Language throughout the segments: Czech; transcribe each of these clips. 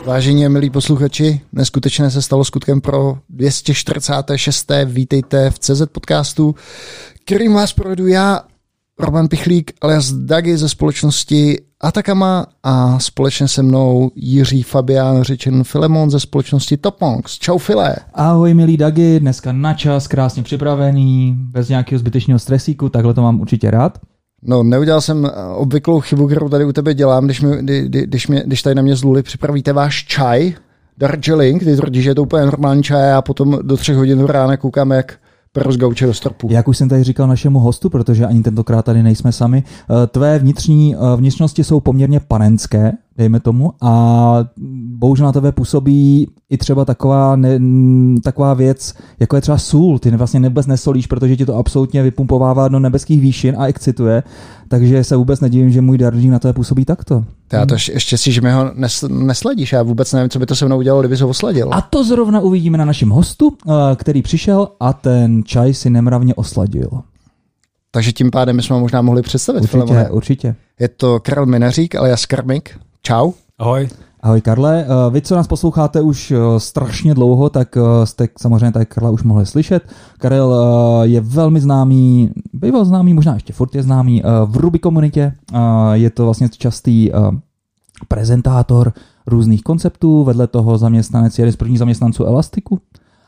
Vážení a milí posluchači, neskutečné se stalo skutkem pro 246. Vítejte v CZ podcastu, kterým vás provedu já, Roman Pichlík, alias Dagi ze společnosti Atacama a společně se mnou Jiří Fabián, řečen Filemon ze společnosti Toponx. Čau File. Ahoj milí Dagi, dneska na čas, krásně připravený, bez nějakého zbytečného stresíku, takhle to mám určitě rád. No, neudělal jsem obvyklou chybu, kterou tady u tebe dělám, když tady na mě z Luli připravíte váš čaj, Darjeeling, ty tvrdíš, že je to úplně normální čaj a potom do 3 hodin rána koukám, jak pero z gauče do stropu. Jak už jsem tady říkal našemu hostu, protože ani tentokrát tady nejsme sami, tvé vnitřnosti jsou poměrně panenské, dejme tomu, a bohužel na tebe působí i třeba taková věc, jako je třeba sůl. Ty vlastně vůbec nesolíš, protože ti to absolutně vypumpovává do nebeských výšin a excituje, takže se vůbec nedivím, že můj Darjeeling na tebe působí takto. Já to ještě si, že mi ho nesledíš, já vůbec nevím, co by to se mnou udělalo, kdyby se ho osladil. A to zrovna uvidíme na našem hostu, který přišel a ten čaj si nemravně osladil. Takže tím pádem my jsme ho možná mohli představit. Určitě. Je to Karel Minařík, alias Karmik. Čau. Ahoj. Ahoj Karle, vy, co nás posloucháte už strašně dlouho, tak jste samozřejmě tady Karla už mohli slyšet. Karel je velmi známý, býval známý, možná ještě furt je známý v Ruby komunitě. Je to vlastně častý prezentátor různých konceptů, vedle toho zaměstnanec, jeden z prvních zaměstnanců Elastiku.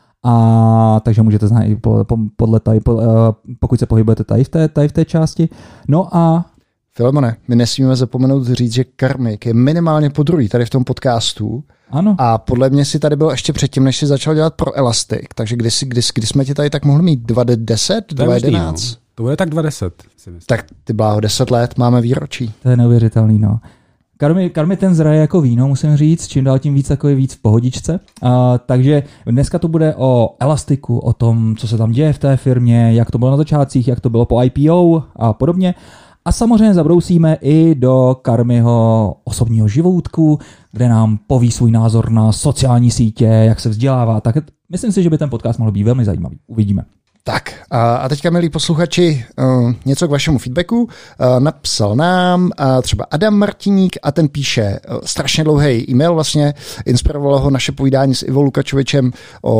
A takže můžete znát i pokud se pohybujete tady v té části. No a Filemone, my nesmíme zapomenout říct, že Karmik je minimálně podruhý tady v tom podcastu. Ano. A podle mě si tady byl ještě předtím, než si začal dělat pro Elastic. Takže kdy jsme tě tady tak mohli mít? 2010? 2011? To bude tak 20. Tak ty bláho, 10 let, máme výročí. To je neuvěřitelný, no. Karmi ten zraje jako víno, musím říct, čím dál tím víc takový víc v pohodičce. Takže dneska to bude o Elastiku, o tom, co se tam děje v té firmě, jak to bylo na začátcích, jak to bylo po IPO a podobně. A samozřejmě zabrousíme i do Karmiho osobního živoutku, kde nám poví svůj názor na sociální sítě, jak se vzdělává. Tak myslím si, že by ten podcast mohl být velmi zajímavý. Uvidíme. Tak a teďka, milí posluchači, něco k vašemu feedbacku. Napsal nám třeba Adam Martiník a ten píše strašně dlouhý e-mail, vlastně inspirovalo ho naše povídání s Ivo Lukačovičem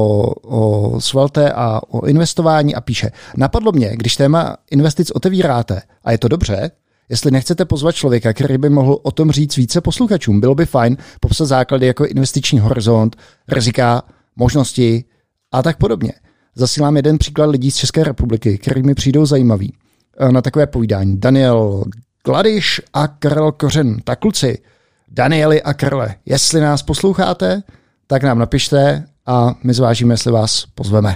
o Svelte a o investování a píše: napadlo mě, když téma investic otevíráte a je to dobře, jestli nechcete pozvat člověka, který by mohl o tom říct více posluchačům, bylo by fajn popsat základy jako investiční horizont, rizika, možnosti a tak podobně. Zasílám jeden příklad lidí z České republiky, který mi přijdou zajímavý na takové povídání. Daniel Gladiš a Karel Kořen. Tak kluci, Danieli a Karle, jestli nás posloucháte, tak nám napište a my zvážíme, jestli vás pozveme.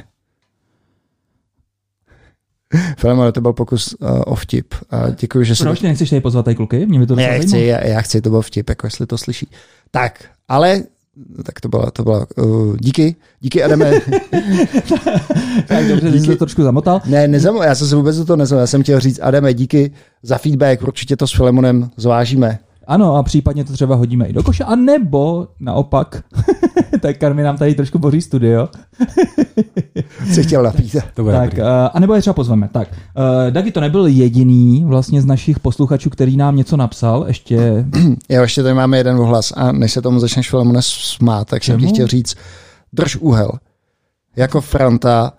Filemone, to byl pokus o vtip. Děkuji, že Proč nechceš tady pozvat tady kluky? Mě by to já chci, to byl vtip, jako jestli to slyší. Tak, ale tak to byla díky Adame. Tak dobře, jsi to trošku zamotal. Já jsem se vůbec do toho nezamotal. Já jsem chtěl říct, Adame, díky za feedback, určitě to s Filemonem zvážíme. Ano, a případně to třeba hodíme i do koše, a nebo naopak, tak Karmi nám tady trošku boří studio. Jsi chtěl napít. Tak, a nebo je třeba pozveme. Tak, Dagi to nebyl jediný vlastně z našich posluchačů, který nám něco napsal, ještě... Ještě tady máme jeden ohlas a než se tomu začneš Filemone smát, tak jsem ti chtěl říct, drž úhel. Jako Franta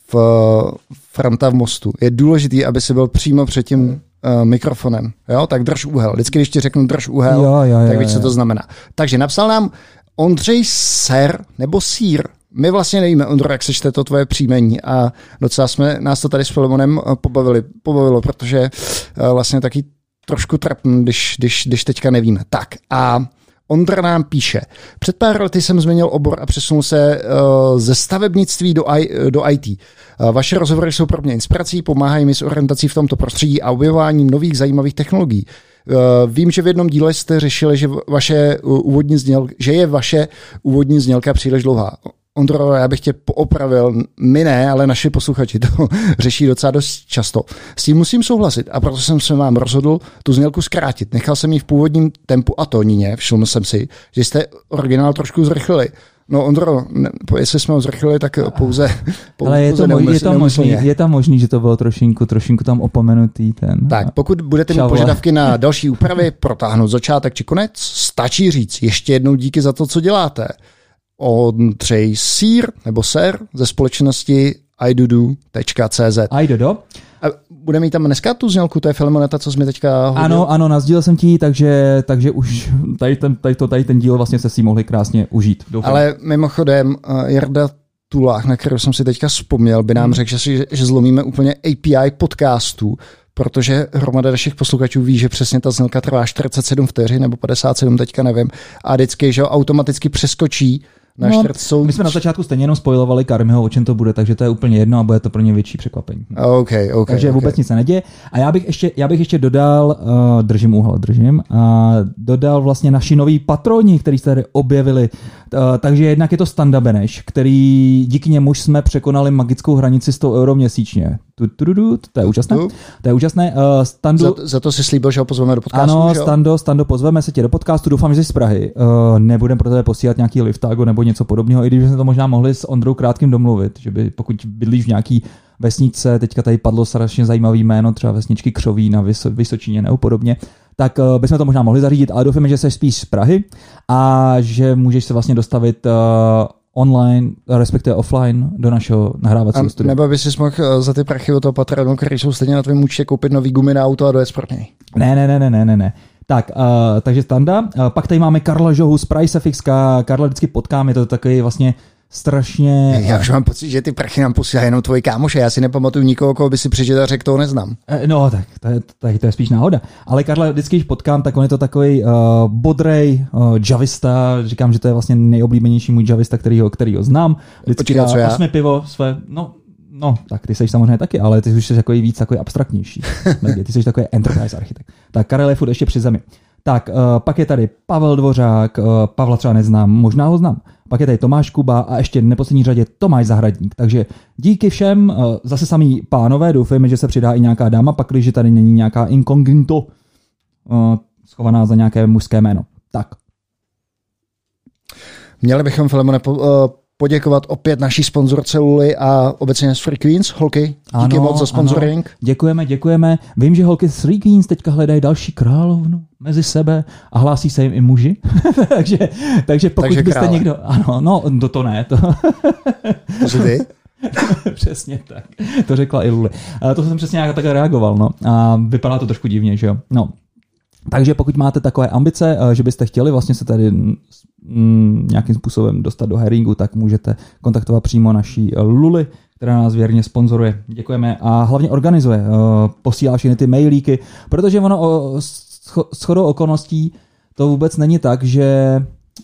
v Mostu. Je důležitý, aby si byl přímo před tím mikrofonem. Jo? Tak drž úhel. Vždycky, když ti řeknu drž úhel, tak víš, co to znamená. Takže napsal nám Ondřej Ser nebo Sír. My vlastně nevíme, Ondro, jak se čte to tvoje příjmení a docela nás to tady s Filemonem pobavilo, protože vlastně taky trošku trapný, když teďka nevíme. Tak a Ondra nám píše: před pár lety jsem změnil obor a přesunul se ze stavebnictví do IT. Vaše rozhovory jsou pro mě inspirací, pomáhají mi s orientací v tomto prostředí a objevováním nových zajímavých technologií. Vím, že v jednom díle jste řešili, že je vaše úvodní znělka příliš dlouhá. Ondro, já bych tě poopravil, my ne, ale naši posluchači to řeší docela dost často. S tím musím souhlasit a proto jsem se vám rozhodl tu znělku zkrátit. Nechal jsem ji v původním tempu a tónině, všiml jsem si, že jste originál trošku zrychlili. No Ondro, jestli jsme ho zrychlili, tak pouze ale je tam možný, že to bylo trošinku tam opomenutý ten. Tak, pokud budete mít požadavky na další úpravy, protáhnout začátek či konec, stačí říct ještě jednou díky za to, co děláte. Ondřej Sýr nebo Ser ze společnosti idodo.cz. Idodo. Bude mít tam dneska tu znělku, to je Filemoneta, co jsi mi teďka hodil? Ano, nazdílel jsem ti, takže už tady ten díl vlastně se si mohli krásně užít. Doufám. Ale mimochodem, Jarda Tulách, na kterou jsem si teďka vzpomněl, by nám řekl, že zlomíme úplně API podcastů, protože hromada našich posluchačů ví, že přesně ta znělka trvá 47 vteřin nebo 57, teďka nevím, a vždycky, že automaticky přeskočí na my jsme na začátku stejně jenom spoilovali Karmiho, o čem to bude, takže to je úplně jedno a bude to pro ně větší překvapení. Takže vůbec nic se neděje. A já bych ještě dodal, dodal vlastně naši noví patroni, kteří se tady objevili. Takže jednak je to Standa Beneš, který díky němuž jsme překonali magickou hranici 100 € měsíčně. To je úžasné. To je úžasné. Standu... Za to si slíbil, že ho pozveme do podcastu. Ano, Stando, pozveme se tě do podcastu. Doufám, že jsi z Prahy. Nebudem pro tebe posílat nějaký liftago nebo něco podobného, i když jsme to možná mohli s Ondrou Krátkým domluvit, že by pokud bydlíš v nějaký vesničce, teďka tady padlo strašně zajímavý jméno, třeba vesničky Křoví na Vysočině nebo podobně, tak bychom to možná mohli zařídit, ale doufáme, že jsi spíš z Prahy a že můžeš se vlastně dostavit online, respektive offline do našeho nahrávacího studia. Nebo by si mohl za ty prachy od toho patronu, který jsou stejně na tvém účtě, koupit nový gumy na auto a dojet pro něj. Ne. Tak, takže Standa. Pak tady máme Karla Žohu z Pricefix. Karla vždycky potkám, je to takový vlastně strašně... Já už mám pocit, že ty prachy nám posílají jenom tvoji kámoše. Já si nepamatuju nikoho, koho by si přečetl a řekl, toho neznám. No, tak to je spíš náhoda. Ale Karla vždycky, když potkám, tak on je to takový bodrej javista. Říkám, že to je vlastně nejoblíbenější můj javista, kterýho znám. Vždycky dá 8 pivo své... No, tak ty jsi samozřejmě taky, ale ty už jsi víc takový abstraktnější. Ty jsi takový enterprise architekt. Tak Karel je furt ještě při zemi. Tak, pak je tady Pavel Dvořák, Pavla třeba neznám, možná ho znám. Pak je tady Tomáš Kuba a ještě v neposlední řadě Tomáš Zahradník. Takže díky všem, zase samý pánové, doufejme, že se přidá i nějaká dáma, pak když tady není nějaká inkognito schovaná za nějaké mužské jméno. Tak. Měli bychom, Filemone, poděkovat opět naší sponzorce Luli a obecně z Free Queens. Holky, díky moc za sponsoring. Děkujeme. Vím, že holky z Free Queens teďka hledají další královnu mezi sebe a hlásí se jim i muži. takže pokud byste krále. Někdo... Ano, no, to ne. To jsi ty? Přesně tak. To řekla i Luli. To jsem přesně nějak tak reagoval. No. A vypadá to trošku divně, že jo? No. Takže pokud máte takové ambice, že byste chtěli vlastně se tady nějakým způsobem dostat do hiringu, tak můžete kontaktovat přímo naší Luli, která nás věrně sponzoruje. Děkujeme a hlavně organizuje, posílá všechny ty mailíky, protože ono shodou okolností to vůbec není tak, že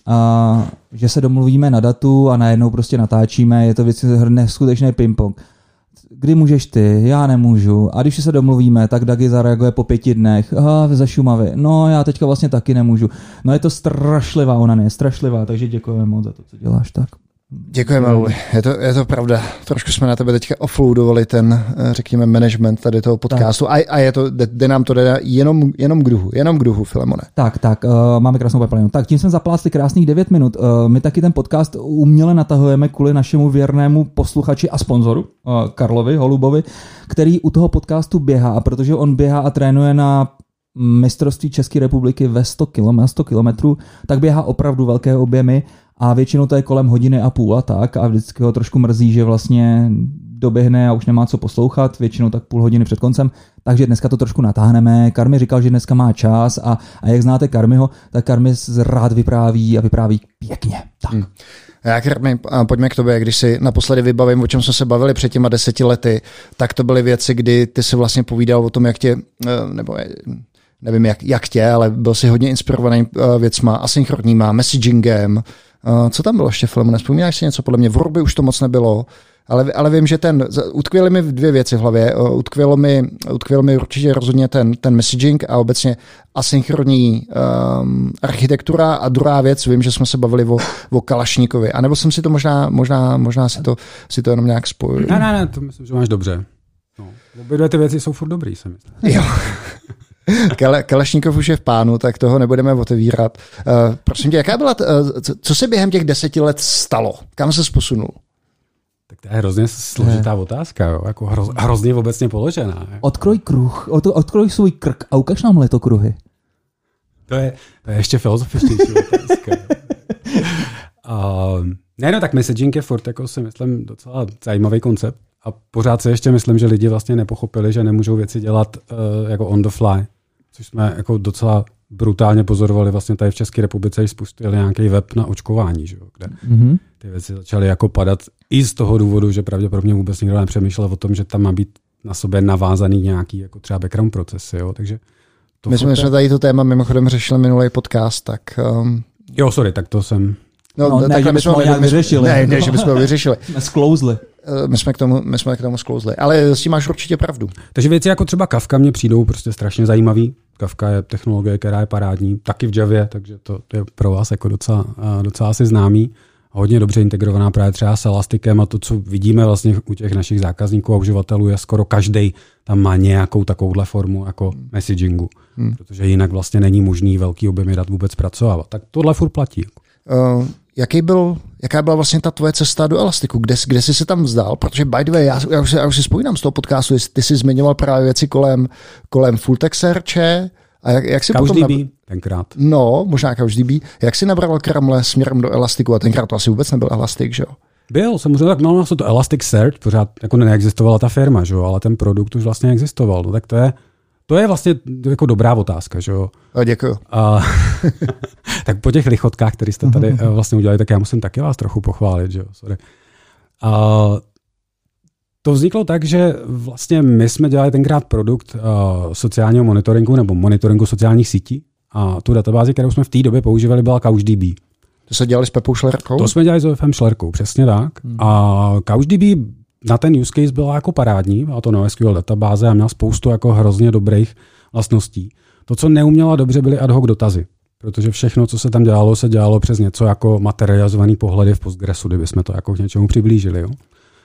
se domluvíme na datu a najednou prostě natáčíme, je to věc neskutečný ping-pong. Kdy můžeš ty, já nemůžu. A když se domluvíme, tak Dagi zareaguje po 5 dnech. Ze Šumavy. No, já teďka vlastně taky nemůžu. No je to strašlivá, ona ne, strašlivá, takže děkujeme moc za to, co děláš tak. Děkujeme, Luli. Je to pravda. Trošku jsme na tebe teďka offloadovali ten, řekněme, management tady toho podcastu. A je to, jde nám to jenom k duhu, Filemone. Tak, máme krásnou papalinu. Tak, tím jsme zaplácli krásných 9 minut. My taky ten podcast uměle natahujeme kvůli našemu věrnému posluchači a sponzoru, Karlovi Holubovi, který u toho podcastu běhá, a protože on běhá a trénuje na mistrovství České republiky ve 100 kilometrů, tak běhá opravdu velké objemy a většinou to je kolem 1,5 hodiny a tak a vždycky ho trošku mrzí, že vlastně doběhne a už nemá co poslouchat, většinou tak půl hodiny před koncem, takže dneska to trošku natáhneme. Karmi říkal, že dneska má čas a jak znáte Karmiho, tak Karmi rád vypráví a vypráví pěkně. Tak. Já, Karmi, pojďme k tobě, když si naposledy vybavím, o čem jsme se bavili před těma 10 lety, tak to byly věci, kdy ty si vlastně povídal o tom, jak tě, nebo nevím jak tě, ale byl si hodně inspirovaný věcma, asynchronníma, messagingem. Co tam bylo ještě, Filemone? Vzpomínáš si něco? Podle mě v Ruby už to moc nebylo, ale vím, že utkvěly mi 2 věci v hlavě. Utkvělo mi určitě rozhodně ten messaging a obecně asynchronní architektura a druhá věc, vím, že jsme se bavili o Kalašníkovi. A nebo jsem si to možná si to jenom nějak spojil. Ne, to myslím, že máš dobře. No. Obě 2 ty věci jsou furt dobrý, jsem myslím. Jo. Kalašníkov už je v pánu, tak toho nebudeme otevírat. Prosím tě, jaká byla, co se během těch 10 let stalo? Kam se posunul? Tak to je hrozně složitá otázka, jo? Jako hrozně obecně položená. Odkroj svůj krk a ukaž nám letokruhy. To je ještě filozofičtější otázka. No, tak messaging je furt, jako si myslím, docela zajímavý koncept. A pořád si ještě myslím, že lidi vlastně nepochopili, že nemůžou věci dělat jako on the fly. Což jsme jako docela brutálně pozorovali vlastně tady v České republice, když spustili nějaký web na očkování, že? Kde ty věci začaly jako padat i z toho důvodu, že pravděpodobně vůbec nikdo nepřemýšlel o tom, že tam má být na sobě navázaný nějaký jako třeba background procesy. Jo? Takže my jsme tady to téma mimochodem řešili minulý podcast, tak... Jo, sorry, tak to jsem... No, ne, že bychom ho nějak vyřešili. Ne, že bychom ho vyřešili. Jsme sklouzli. My jsme k tomu sklouzli, ale s tím máš určitě pravdu. Takže věci jako třeba Kafka mě přijdou prostě strašně zajímavý. Kafka je technologie, která je parádní, taky v Javě, takže to je pro vás jako docela asi známý. Hodně dobře integrovaná právě třeba s Elastikem a to, co vidíme vlastně u těch našich zákazníků a uživatelů, je skoro každý tam má nějakou takovouhle formu jako messagingu, protože jinak vlastně není možný velký objemy dat vůbec pracovat. Tak tohle furt platí. Jaká byla vlastně ta tvoje cesta do Elastiku? Kde jsi se tam vzdal? Protože by the way, já už si vzpomínám z toho podcastu, ty jsi zmiňoval právě věci kolem full text searche a jak si potom... tenkrát. No, možná CouchDB. Jak jsi nabral kramle směrem do Elastiku? A tenkrát to asi vůbec nebyl Elastic, že jo? Byl, samozřejmě, tak no, to Elasticsearch, pořád jako neexistovala ta firma, že jo, ale ten produkt už vlastně existoval. No, tak to je vlastně jako dobrá otázka, že jo. Děkuju. Tak po těch lichotkách, které jste tady vlastně udělali, tak já musím taky vás trochu pochválit, že jo, sorry. To vzniklo tak, že vlastně my jsme dělali tenkrát produkt sociálního monitoringu nebo monitoringu sociálních sítí a tu databázi, kterou jsme v té době používali, byla CouchDB. To se dělali s Pepou Šlerkou? To jsme dělali s OFM Šlerkou, přesně tak. A CouchDB na ten use case byla jako parádní, byla to NoSQL databáze a měla spoustu jako hrozně dobrých vlastností. To, co neuměla dobře, byly ad hoc dotazy, protože všechno, co se tam dělalo, se dělalo přes něco jako materializovaný pohledy v Postgresu, kdyby jsme to jako k něčemu přiblížili. Jo?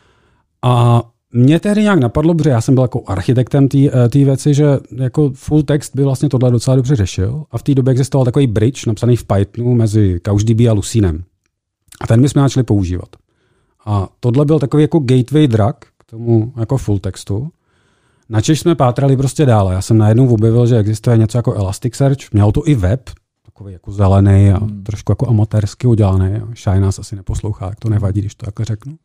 A mě tehdy nějak napadlo, protože já jsem byl jako architektem té věci, že jako full text by vlastně tohle docela dobře řešil a v té době existoval takový bridge napsaný v Pythonu mezi CouchDB a Lucinem. A ten my jsme začali používat. A tohle byl takový jako gateway drug k tomu jako full textu. Načež jsme pátrali prostě dále. Já jsem najednou objevil, že existuje něco jako Elasticsearch. Měl to i web, takový jako zelený a trošku jako amatérsky udělaný. Shine nás asi neposlouchá, tak to nevadí, když to jako řeknu.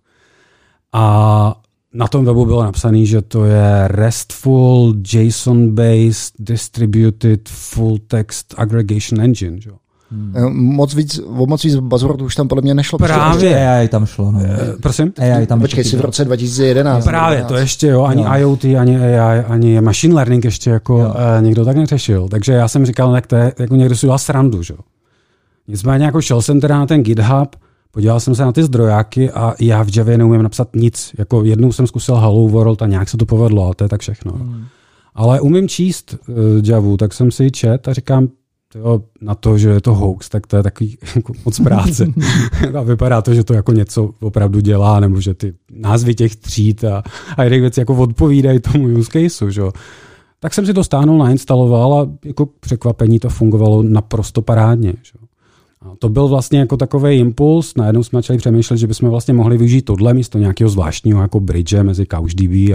A na tom webu bylo napsané, že to je RESTful, JSON-based, distributed, full text aggregation engine. Že? Moc víc buzzwordů už tam podle mě nešlo. Právě. AI tam šlo. No. Prosím? AI tam počkej si v roce 2011. Právě, to ještě jo, ani IoT, ani AI, ani machine learning ještě jako někdo tak neřešil. Takže já jsem říkal, tak to je, jako někdo si udělal srandu. Že? Nicméně jako šel jsem teda na ten GitHub, podíval jsem se na ty zdrojáky a já v Javě neumím napsat nic. Jako jednou jsem zkusil Hello World a nějak se to povedlo, ale to je tak všechno. Ale umím číst Javu, tak jsem si ji čet a říkám, na to, že je to hoax, tak to je takový jako moc práce. A vypadá to, že to jako něco opravdu dělá, nebo že ty názvy těch tříd a jiných věcí jako odpovídají tomu use caseu. Že? Tak jsem si to stáhnul, nainstaloval a jako překvapení to fungovalo naprosto parádně. Že? A to byl vlastně jako takový impuls. Najednou jsme začali přemýšlet, že bychom vlastně mohli využít tohle místo nějakého zvláštního jako bridge mezi CouchDB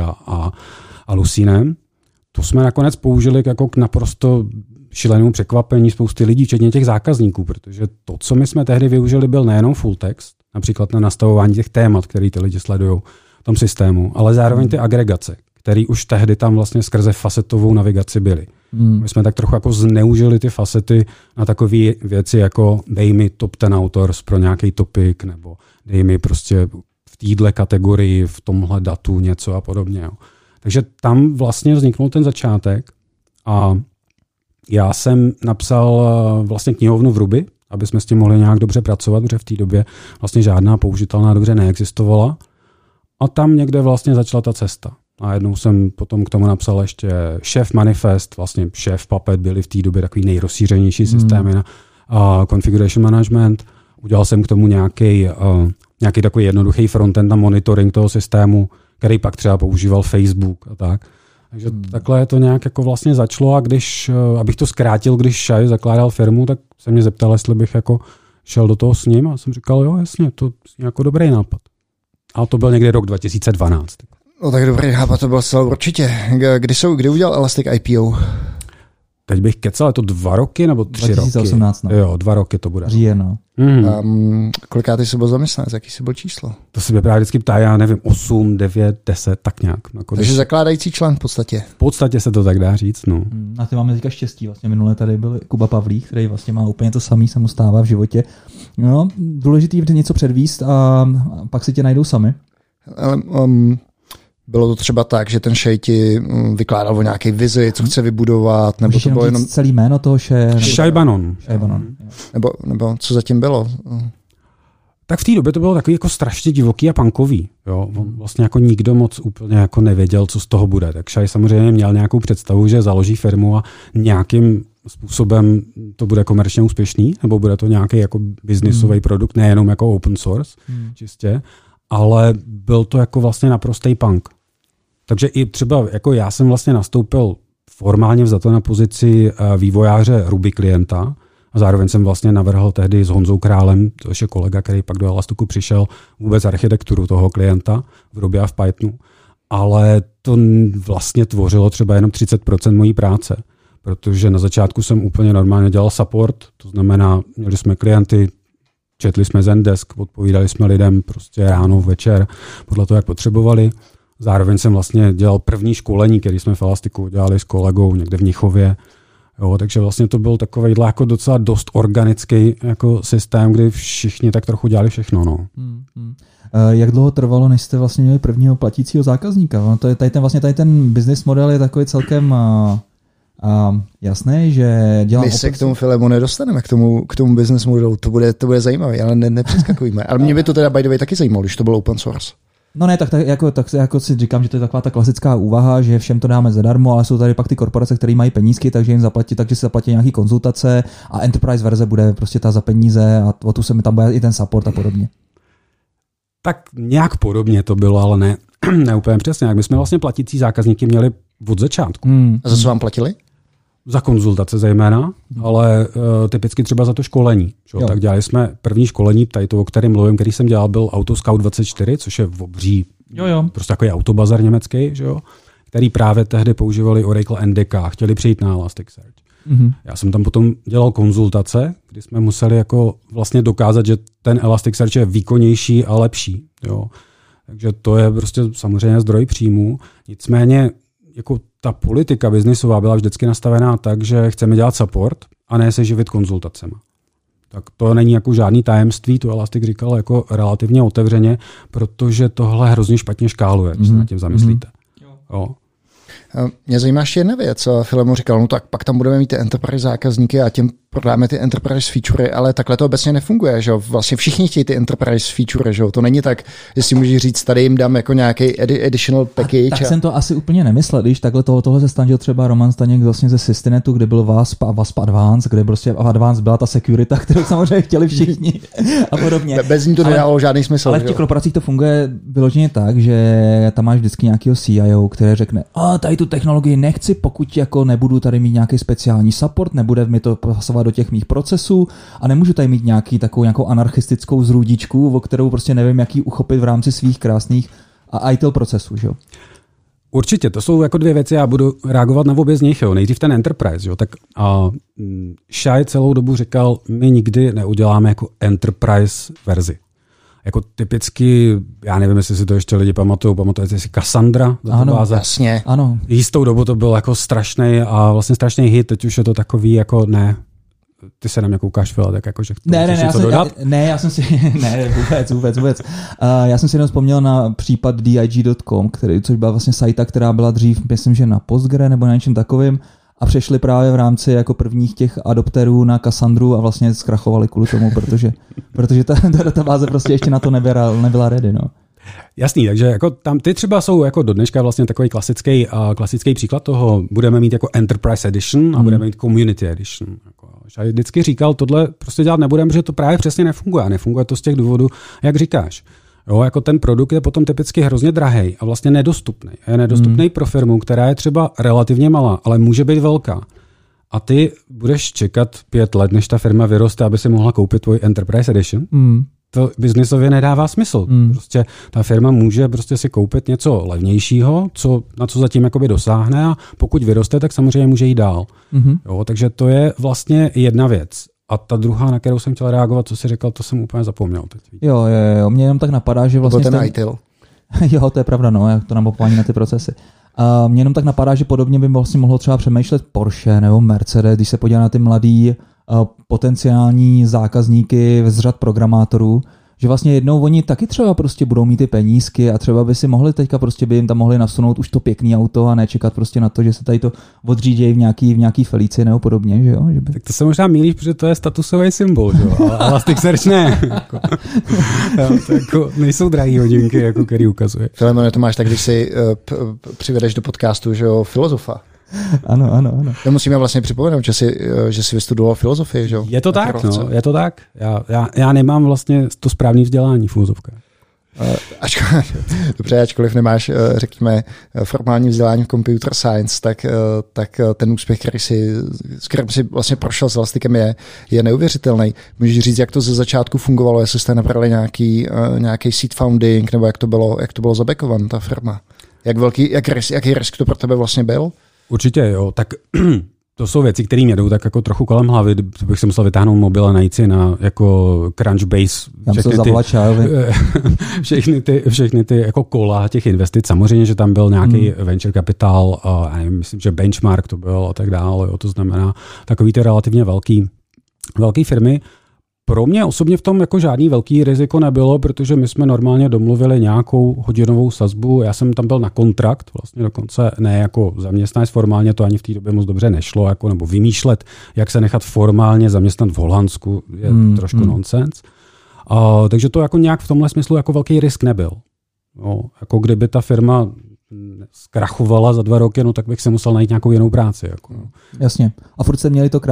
a Lucinem. To jsme nakonec použili jako k naprosto šílenému překvapení spousty lidí, včetně těch zákazníků, protože to, co my jsme tehdy využili, byl nejenom full text, například na nastavování těch témat, který ty lidi sledují v tom systému, ale zároveň ty agregace, které už tehdy tam vlastně skrze facetovou navigaci byly. My jsme tak trochu jako zneužili ty facety na takové věci, jako dej mi top 10 authors pro nějaký topik, nebo dej mi prostě v téhle kategorii, v tomhle datu něco a podobně. Jo. Takže tam vlastně vzniknul ten začátek a já jsem napsal vlastně knihovnu v Ruby, aby jsme s tím mohli nějak dobře pracovat, protože v té době vlastně žádná použitelná dobře neexistovala. A tam někde vlastně začala ta cesta. A jednou jsem potom k tomu napsal ještě Chef Manifest, vlastně Chef Puppet byly v té době takový nejrozšířenější systémy na configuration management. Udělal jsem k tomu nějaký takový jednoduchý frontend na monitoring toho systému, který pak třeba používal Facebook a tak. Takže takhle to nějak jako vlastně začalo a když, abych to zkrátil, když Shai zakládal firmu, tak se mě zeptal, jestli bych jako šel do toho s ním a jsem říkal, jo, jasně, to je jako dobrý nápad. A to byl někdy rok 2012. No tak dobrý nápad, to byl zcela určitě. Kdy udělal Elastic IPO? Teď bych kecal, je to 2 roky nebo 3 2018, roky? No. Jo, 2 roky to bude. Říjen, no. Kolikátý jsi byl zaměstnanec, jaký jsi byl číslo? To se mě právě vždycky ptá, já nevím, 8, 9, 10, tak nějak. Takže zakládající člen v podstatě. V podstatě se to tak dá říct, no. A ty máme teďka štěstí, vlastně minule tady byl Kuba Pavlík, který vlastně má úplně to samý, se mu stává v životě. No, důležitý je něco předvíst a pak si tě najdou sami. Ale, bylo to třeba tak, že ten Shai ti vykládal o nějaké vizi, co chce vybudovat, nebo to bylo jenom celý jméno toho Shai Banon. Nebo co zatím bylo? Tak v té době to bylo takový jako strašně divoký a punkový. Jo? Vlastně jako nikdo moc úplně jako nevěděl, co z toho bude. Tak Shai samozřejmě měl nějakou představu, že založí firmu a nějakým způsobem to bude komerčně úspěšný, nebo bude to nějaký jako biznisový produkt, nejenom jako open source, čistě, ale byl to jako vlastně naprostý punk. Takže i třeba jako já jsem vlastně nastoupil formálně vzato na pozici vývojáře Ruby klienta a zároveň jsem vlastně navrhl tehdy s Honzou Králem, to je kolega, který pak do Elastiku přišel, vůbec architekturu toho klienta v Ruby a v Pythonu. Ale to vlastně tvořilo třeba jenom 30% mojí práce, protože na začátku jsem úplně normálně dělal support, to znamená, měli jsme klienty, četli jsme Zendesk, odpovídali jsme lidem prostě ráno, večer, podle toho, jak potřebovali. Zároveň jsem vlastně dělal první školení, který jsme v Elastiku dělali s kolegou někde v Mnichově. Jo, takže vlastně to byl takový jako docela dost organický jako systém, kdy všichni tak trochu dělali všechno. No. Jak dlouho trvalo, než jste vlastně měli prvního platícího zákazníka? No, to je tady ten business model je takový celkem jasné, že dělám... My se k tomu filmu nedostaneme, k tomu business modelu, to bude zajímavé, ale nepřeskakujme. Ale mě by to teda by the way taky zajímalo, když to bylo open source. No ne, tak jako si říkám, že to je taková ta klasická úvaha, že všem to dáme zadarmo, ale jsou tady pak ty korporace, které mají penízky, takže jim zaplatí, takže si zaplatí nějaký konzultace a enterprise verze bude prostě ta za peníze a o tu se mi tam bude i ten support a podobně. Tak nějak podobně to bylo, ale ne úplně přesně. My jsme vlastně platící zákazníky měli od začátku. A za co vám platili? Za konzultace zejména, ale typicky třeba za to školení. Tak dělali jsme první školení, tady to, o kterém mluvím, který jsem dělal, byl Autoscout 24, což je obří, prostě takový autobazar německý, že jo, který právě tehdy používali Oracle NDK, chtěli přijít na Elasticsearch. Já jsem tam potom dělal konzultace, kdy jsme museli jako vlastně dokázat, že ten Elasticsearch je výkonnější a lepší. Jo. Takže to je prostě samozřejmě zdroj příjmů. Nicméně jako ta politika biznisová byla vždycky nastavená tak, že chceme dělat support a ne se živit konzultacema. Tak to není jako žádný tajemství, to Elastic říkal jako relativně otevřeně, protože tohle hrozně špatně škáluje, když se nad tím zamyslíte. Jo. Mě zajímá ještě jedna věc. Filemon říkal, no tak pak tam budeme mít ty enterprise zákazníky a těm prodáme ty enterprise feature, ale takhle to obecně nefunguje, že jo? Vlastně všichni chtějí ty enterprise feature, že jo? To není tak, že si můžeš říct, tady jim dám jako nějaký additional package. Tak jsem to asi úplně nemyslel, když takhle tohle se snažil třeba Roman Staněk vlastně ze Systinetu, kde byl Wasp a Wasp Advanced, kde prostě Advanced byla ta security, kterou samozřejmě chtěli všichni a podobně. Bez ní to nedávalo žádný smysl. Ale v těch korporacích to funguje vyloženě tak, že tam máš vždycky nějakého CIO, který řekne, tady tu technologii nechci, pokud jako nebudu tady mít nějaký speciální support, nebude mi to pasovat do těch mých procesů a nemůžu tady mít nějakou anarchistickou zrůdičku, o kterou prostě nevím, jak ji uchopit v rámci svých krásných ITIL procesů, že jo? Určitě, to jsou jako 2 věci, já budu reagovat na obě z nich. Jo. Nejdřív ten enterprise. Jo. Tak Shai celou dobu říkal, my nikdy neuděláme jako enterprise verzi. Jako typicky, já nevím, jestli si to ještě lidi pamatujete si Cassandra? Ano, jasně. Ano. Jistou dobu to byl jako strašný a vlastně strašný hit, teď už je to takový jako ne. Ty se na mě koukáš, Fila, tak jako, že vůbec. Já jsem si jenom vzpomněl na případ dig.com, což byla vlastně sajta, která byla dřív, myslím, že na Postgre nebo na něčem takovým a přešli právě v rámci jako prvních těch adopterů na Cassandru a vlastně zkrachovali kvůli tomu, protože ta databáze prostě ještě na to nebyla ready, no. Jasný, takže jako tam ty třeba jsou jako do dneška vlastně takový klasický příklad toho, budeme mít jako Enterprise Edition a budeme mít Community Edition. Já vždycky říkal, tohle prostě dělat nebudeme, protože to právě přesně nefunguje. A nefunguje to z těch důvodů, jak říkáš. Jo, jako ten produkt je potom typicky hrozně drahej a vlastně nedostupný. Je nedostupný pro firmu, která je třeba relativně malá, ale může být velká. A ty budeš čekat 5 let, než ta firma vyroste, aby si mohla koupit tvůj Enterprise Edition. To biznisově nedává smysl. Prostě ta firma může prostě si koupit něco levnějšího, na co zatím jakoby dosáhne a pokud vyroste, tak samozřejmě může jít dál. Jo, takže to je vlastně jedna věc. A ta druhá, na kterou jsem chtěl reagovat, co jsi říkal, to jsem úplně zapomněl teď. Jo, mě jenom tak napadá, že vlastně... To ten ITIL. Jo, to je pravda, no, jak to nabopování na ty procesy. A mně jenom tak napadá, že podobně by vlastně mohlo třeba přemýšlet Porsche nebo Mercedes, když se podívá na ty mladý potenciální zákazníky z řad programátorů, že vlastně jednou oni taky třeba prostě budou mít ty penízky a třeba by si mohli teďka prostě by jim tam mohli nasunout už to pěkný auto a nečekat prostě na to, že se tady to odřídějí v nějaký Felici nebo podobně, že jo? Že by... Tak to se možná mýlíš, protože to je statusový symbol, že jo? Ale Elasticsearch ne. To jako nejsou drahý hodinky, jako který ukazuje. Filemone, to máš tak, když si přivedeš do podcastu, že jo, filozofa. Ano. To musíme vlastně připomenout, že jsi vystudoval filozofii, že jo? Je to tak, no, je to tak. Já nemám vlastně to správné vzdělání v úvozovkách. Ačkoliv nemáš, řekněme, formální vzdělání v computer science, tak ten úspěch, s kterým si vlastně prošel s Elastikem, je neuvěřitelný. Můžeš říct, jak to ze začátku fungovalo, jestli jste napravili nějaký seed founding, nebo jak to bylo zabekované, ta firma? Jaký risk to pro tebe vlastně byl? Určitě, jo. Tak to jsou věci, které mě jdou tak jako trochu kolem hlavy. Bych si musel vytáhnout mobil a najít si na jako Crunchbase všechny ty jako kola těch investic. Samozřejmě, že tam byl nějaký venture capital, a myslím, že benchmark to byl a tak dále. Jo. To znamená takový ty relativně velký firmy. Pro mě osobně v tom jako žádný velký riziko nebylo, protože my jsme normálně domluvili nějakou hodinovou sazbu. Já jsem tam byl na kontrakt, vlastně dokonce ne jako zaměstnanec formálně, to ani v té době moc dobře nešlo, jako, nebo vymýšlet, jak se nechat formálně zaměstnat v Holandsku je trošku nonsens. Takže to jako nějak v tomhle smyslu jako velký risk nebyl. No, jako kdyby ta firma zkrachovala za 2 roky, no tak bych se musel najít nějakou jinou práci. Jako. Jasně. A furt jste měli to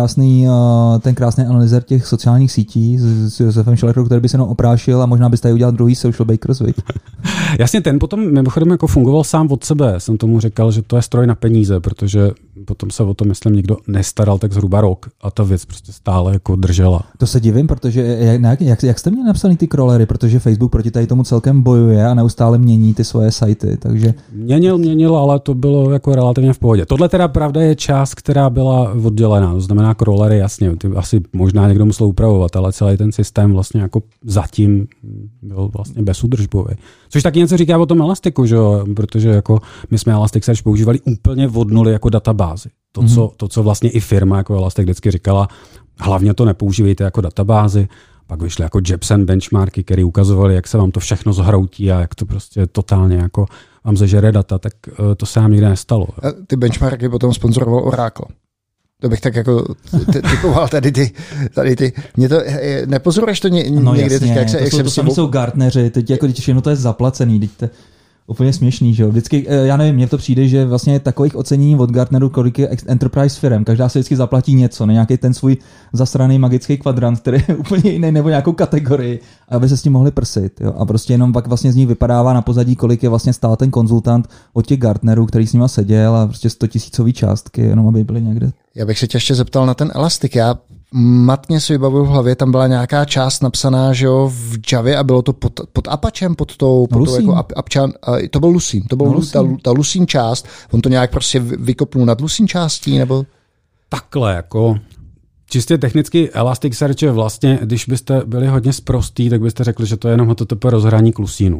ten krásný analyzer těch sociálních sítí s Josefem Šelekrou, který by se jenom oprášil a možná byste tady udělal druhý Social Bakers, viď? Jasně, ten potom mimochodem jako fungoval sám od sebe. Jsem tomu říkal, že to je stroj na peníze, protože potom se o to, myslím, nikdo nestaral tak zhruba rok a ta věc prostě stále jako držela. To se divím, protože jak jste měli napsaný ty crawlery, protože Facebook proti tady tomu celkem bojuje a neustále mění ty svoje sajty, takže... Měnil, ale to bylo jako relativně v pohodě. Tohle teda pravda je část, která byla oddělená, to znamená crawlery, jasně, ty asi možná někdo musel upravovat, ale celý ten systém vlastně jako zatím byl vlastně bezúdržbový. Což taky něco říká o tom Elastiku, že jo? Protože jako my jsme Elasticsearch používali úplně od nuly jako databázi. To, co vlastně i firma jako Elastic vždycky říkala, hlavně to nepoužívejte jako databázi. Pak vyšly jako Jepsen benchmarky, které ukazovaly, jak se vám to všechno zhroutí a jak to prostě totálně jako vám zežere data, tak to se nám nikdy nestalo. A ty benchmarky potom sponzoroval Oracle. To bych tak jako typoval tady ty. Mě to, nepozoruješ to někdy teďka, jak to jsou Gartneři, teď jako všechno to je zaplacený, teď to úplně směšný, že jo. Vždycky, já nevím, mně to přijde, že vlastně takových ocenění od Gartneru, kolik je enterprise firm, každá se vždycky zaplatí něco, ne nějaký ten svůj zasraný magický kvadrant, který je úplně jiný, nebo nějakou kategorii, aby se s tím mohli prsit, jo. A prostě jenom pak vlastně z ní vypadává na pozadí, kolik je vlastně stál ten konzultant od těch Gartnerů, který s nima seděl a prostě 100 000 částky, jenom aby byly někde. Já bych se tě ještě zeptal na ten Elastic. Já matně si vybavuju v hlavě, tam byla nějaká část napsaná, že jo, v Javě a bylo to pod Apachem, pod tou jako Apčan, to byl Lucene, to byl ta Lucene část, on to nějak prostě vykopnul nad Lucene částí, nebo? Takhle, jako čistě technicky Elasticsearch je vlastně, když byste byli hodně sprostý, tak byste řekli, že to je jenom HTTP rozhraní k Luceneu.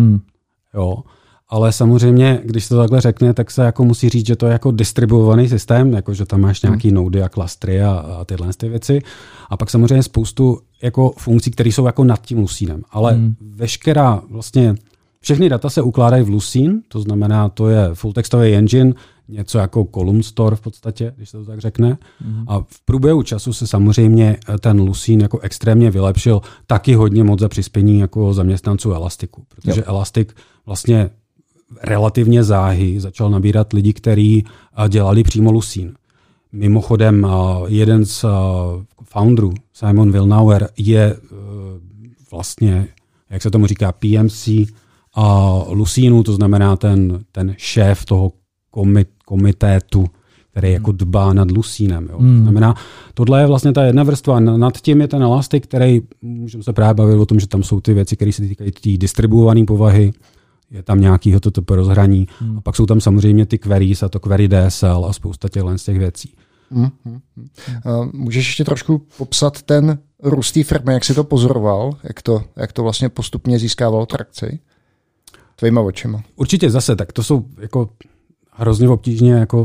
Jo. Ale samozřejmě, když se to takhle řekne, tak se jako musí říct, že to je jako distribuovaný systém, jako že tam máš nějaký nody a klastry a tyhle ty věci. A pak samozřejmě spoustu jako funkcí, které jsou jako nad tím Lucenem. Ale veškerá vlastně všechny data se ukládají v Lucene, to znamená, to je full textový engine, něco jako column store v podstatě, když se to tak řekne. A v průběhu času se samozřejmě ten Lucene jako extrémně vylepšil, taky hodně moc za přispění jako zaměstnanců Elastiku, protože Elastic vlastně relativně záhy začal nabírat lidi, kteří dělali přímo Lucene. Mimochodem, jeden z founderů, Simon Wilnauer, je vlastně jak se tomu říká, PMC a Lucínu, to znamená ten šéf toho komitétu, který jako dbá nad Lucínem. Jo. To znamená, tohle je vlastně ta jedna vrstva. Nad tím je ten Elastic, který, můžeme se právě bavit o tom, že tam jsou ty věci, které se týkají té distribuované povahy, je tam nějaký HTTP rozhraní, a pak jsou tam samozřejmě ty queries a to query DSL a spousta z těch věcí. Můžeš ještě trošku popsat ten růst té firmy, jak jsi to pozoroval, jak to vlastně postupně získávalo trakci tvojima očima? Určitě zase, tak to jsou jako hrozně obtížně jako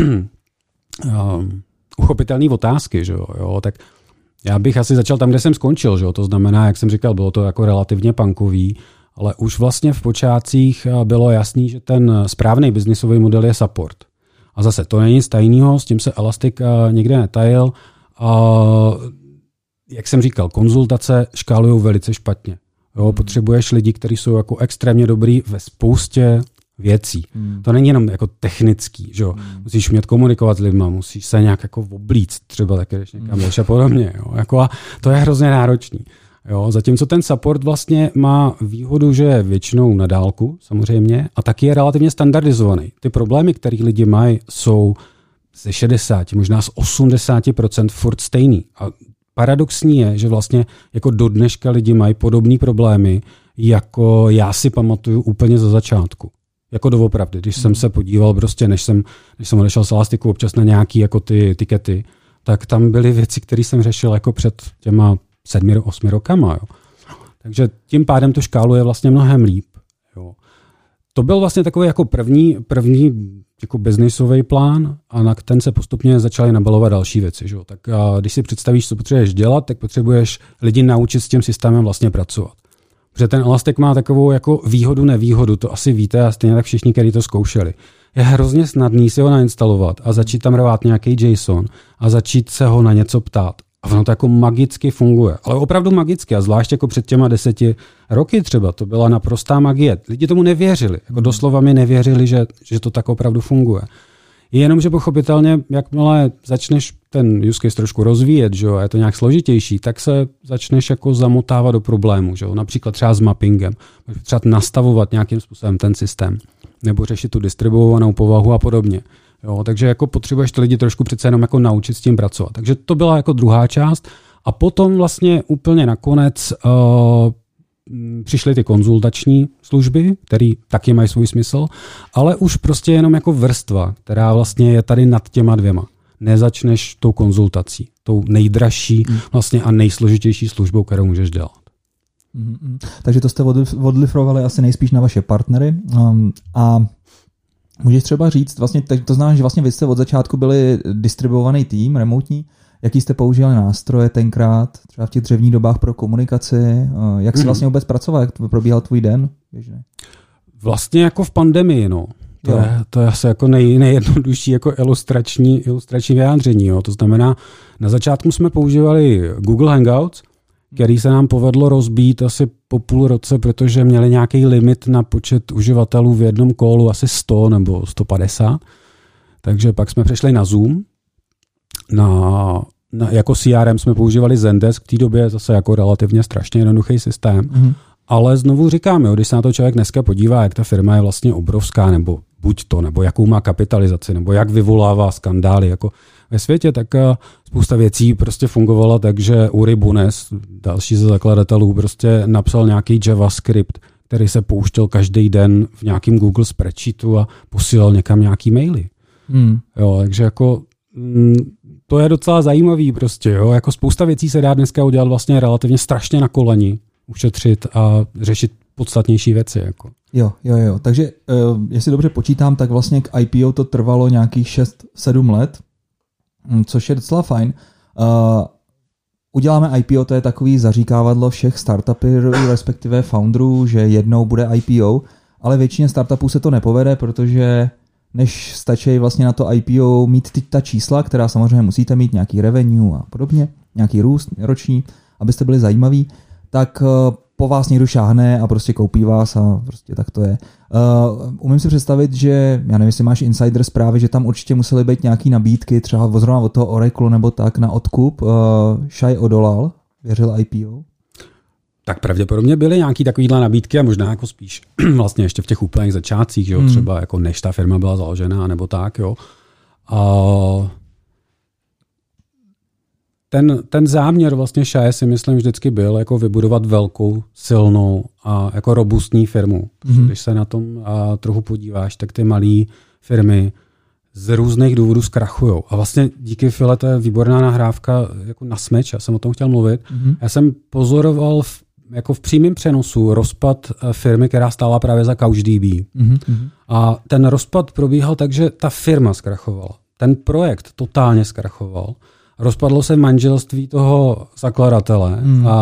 uchopitelné otázky, že jo, tak já bych asi začal tam, kde jsem skončil, že jo, to znamená, jak jsem říkal, bylo to jako relativně punkový, ale už vlastně v počátcích bylo jasný, že ten správný biznisový model je support. A zase, to není nic tajného, s tím se Elastic nikde netajil. Jak jsem říkal, konzultace škálujou velice špatně. Jo, potřebuješ lidi, kteří jsou jako extrémně dobrý ve spoustě věcí. To není jenom jako technický, že jo. Musíš umět komunikovat s lidma, musíš se nějak jako oblíct, třeba taky, když někam jdeš a podobně. Jo. Jako a to je hrozně náročný. Jo, zatímco ten support vlastně má výhodu, že je většinou na dálku, samozřejmě, a taky je relativně standardizovaný. Ty problémy, které lidi mají, jsou ze 60, možná z 80% furt stejný. A paradoxní je, že vlastně jako do dneška lidi mají podobné problémy, jako já si pamatuju úplně za začátku. Jako doopravdy, když jsem se podíval prostě, než jsem odešel z Elastiku občas na nějaký jako ty tikety, tak tam byly věci, které jsem řešil jako před těma 7-8 rokama. Jo. Takže tím pádem to škáluje vlastně mnohem líp. Jo. To byl vlastně takový jako první jako biznisový plán a na ten se postupně začaly nabalovat další věci. Že? Tak když si představíš, co potřebuješ dělat, tak potřebuješ lidi naučit s tím systémem vlastně pracovat. Protože ten Elastic má takovou jako výhodu, nevýhodu, to asi víte a stejně tak všichni, kteří to zkoušeli. Je hrozně snadný si ho nainstalovat a začít tam rvát nějaký JSON a začít se ho na něco ptát. A ono to jako magicky funguje. Ale opravdu magicky. A zvlášť jako před těma 10 roky třeba. To byla naprostá magie. Lidi tomu nevěřili. Jako doslova mi nevěřili, že to tak opravdu funguje. Jenom, že pochopitelně, jakmile začneš ten use case trošku rozvíjet, že jo, a je to nějak složitější, tak se začneš jako zamotávat do problému. Že jo. Například třeba s mappingem. Třeba nastavovat nějakým způsobem ten systém. Nebo řešit tu distribuovanou povahu a podobně. Jo, takže jako potřebuješ ty lidi trošku přece jenom jako naučit s tím pracovat. Takže to byla jako druhá část. A potom vlastně úplně nakonec přišly ty konzultační služby, které taky mají svůj smysl, ale už prostě jenom jako vrstva, která vlastně je tady nad těma dvěma. Nezačneš tou konzultací, tou nejdražší vlastně a nejsložitější službou, kterou můžeš dělat. Takže to jste odlifrovali asi nejspíš na vaše partnery a můžeš třeba říct, vlastně, to znamená, že vlastně vy jste od začátku byli distribuovaný tým, remotní, jaký jste používali nástroje tenkrát, třeba v těch dřevních dobách pro komunikaci, jak jsi vlastně vůbec pracoval, jak probíhal tvůj den? Běžně. Vlastně jako v pandemii, no. To je asi jako nejjednodušší jako ilustrační vyjádření. Jo. To znamená, na začátku jsme používali Google Hangouts, který se nám povedlo rozbít asi po půl roce, protože měli nějaký limit na počet uživatelů v jednom callu, asi 100 nebo 150. Takže pak jsme přešli na Zoom. Jako CRM jsme používali Zendesk, v té době je zase jako relativně strašně jednoduchý systém. Ale znovu říkám, jo, když se na to člověk dneska podívá, jak ta firma je vlastně obrovská, nebo nebo jakou má kapitalizaci, nebo jak vyvolává skandály jako ve světě, tak spousta věcí prostě fungovala tak, že Uri Bunes, další ze zakladatelů, prostě napsal nějaký JavaScript, který se pouštěl každý den v nějakém Google spreadsheetu a posílal někam nějaký maily. Jo, takže jako to je docela zajímavý prostě, jo, jako spousta věcí se dá dneska udělat vlastně relativně strašně na koleni, ušetřit a řešit podstatnější věci. Jako. Jo. Takže jestli dobře počítám, tak vlastně k IPO to trvalo nějakých 6-7 let, což je docela fajn. Uděláme IPO, to je takový zaříkávadlo všech startupů, respektive founderů, že jednou bude IPO, ale většině startupů se to nepovede, protože než stačí vlastně na to IPO mít ta čísla, která samozřejmě musíte mít, nějaký revenue a podobně, nějaký růst roční, abyste byli zajímaví, tak po vás někdo šáhne a prostě koupí vás a prostě tak to je. Umím si představit, že, já nevím, jestli máš insider zprávy, že tam určitě musely být nějaký nabídky, třeba zrovna od toho Oracle nebo tak na odkup. Shai Odolal věřil IPO? tak pravděpodobně byly nějaký takovýhle nabídky a možná jako spíš vlastně ještě v těch úplných začátcích, jo, třeba jako než ta firma byla založená nebo tak, jo. A ten záměr vlastně Sheye si myslím vždycky byl jako vybudovat velkou, silnou a jako robustní firmu. Když se na tom trochu podíváš, tak ty malé firmy z různých důvodů zkrachujou. A vlastně díky File, to je výborná nahrávka jako na smeč, já jsem o tom chtěl mluvit. Já jsem pozoroval jako v přímém přenosu rozpad firmy, která stála právě za CouchDB. A ten rozpad probíhal tak, že ta firma zkrachovala. Ten projekt totálně zkrachoval. Rozpadlo se manželství toho zakladatele